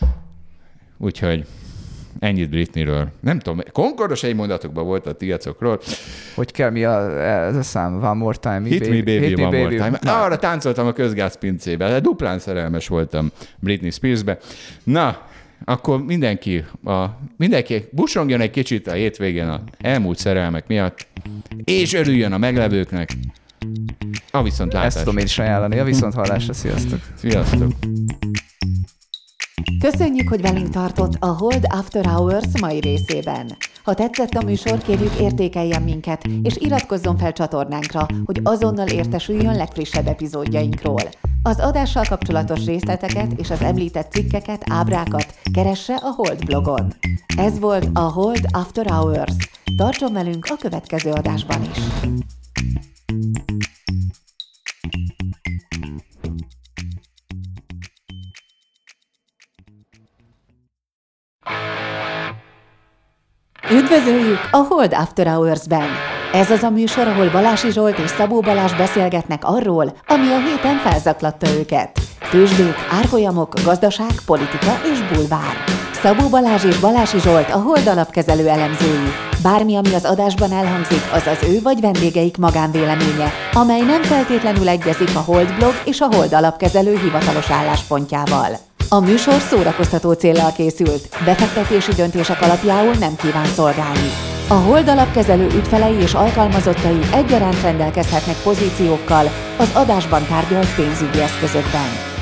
Úgyhogy ennyit Britneyről. Nem tudom, konkordos egymondatokban volt a piacokról. Hogy kell, ez a szám? One more time. Hit me baby, one more time. Arra táncoltam a közgázpincébe, de duplán szerelmes voltam Britney Spearsbe. Na, akkor mindenki busongjon egy kicsit a hétvégén az elmúlt szerelmek miatt, és örüljön a meglevőknek. A viszontlátásra. Ezt tudom én is ajánlani. A viszonthallásra. Sziasztok. Sziasztok. Köszönjük, hogy velünk tartott a Hold After Hours mai részében. Ha tetszett a műsor, kérjük értékeljen minket, és iratkozzon fel csatornánkra, hogy azonnal értesüljön legfrissebb epizódjainkról. Az adással kapcsolatos részleteket és az említett cikkeket, ábrákat keresse a Hold blogon. Ez volt a Hold After Hours. Tartson velünk a következő adásban is! Üdvözöljük a Hold After Hours-ben! Ez az a műsor, ahol Balási Zsolt és Szabó Balázs beszélgetnek arról, ami a héten felzaklatta őket. Tőzsdék, árfolyamok, gazdaság, politika és bulvár. Szabó Balázs és Balási Zsolt a Hold alapkezelő elemzői. Bármi, ami az adásban elhangzik, az az ő vagy vendégeik magánvéleménye, amely nem feltétlenül egyezik a Hold blog és a Hold alapkezelő hivatalos álláspontjával. A műsor szórakoztató céllal készült, befektetési döntések alapjául nem kíván szolgálni. A Hold alapkezelő ügyfelei és alkalmazottai egyaránt rendelkezhetnek pozíciókkal az adásban tárgyalt pénzügyi eszközökben.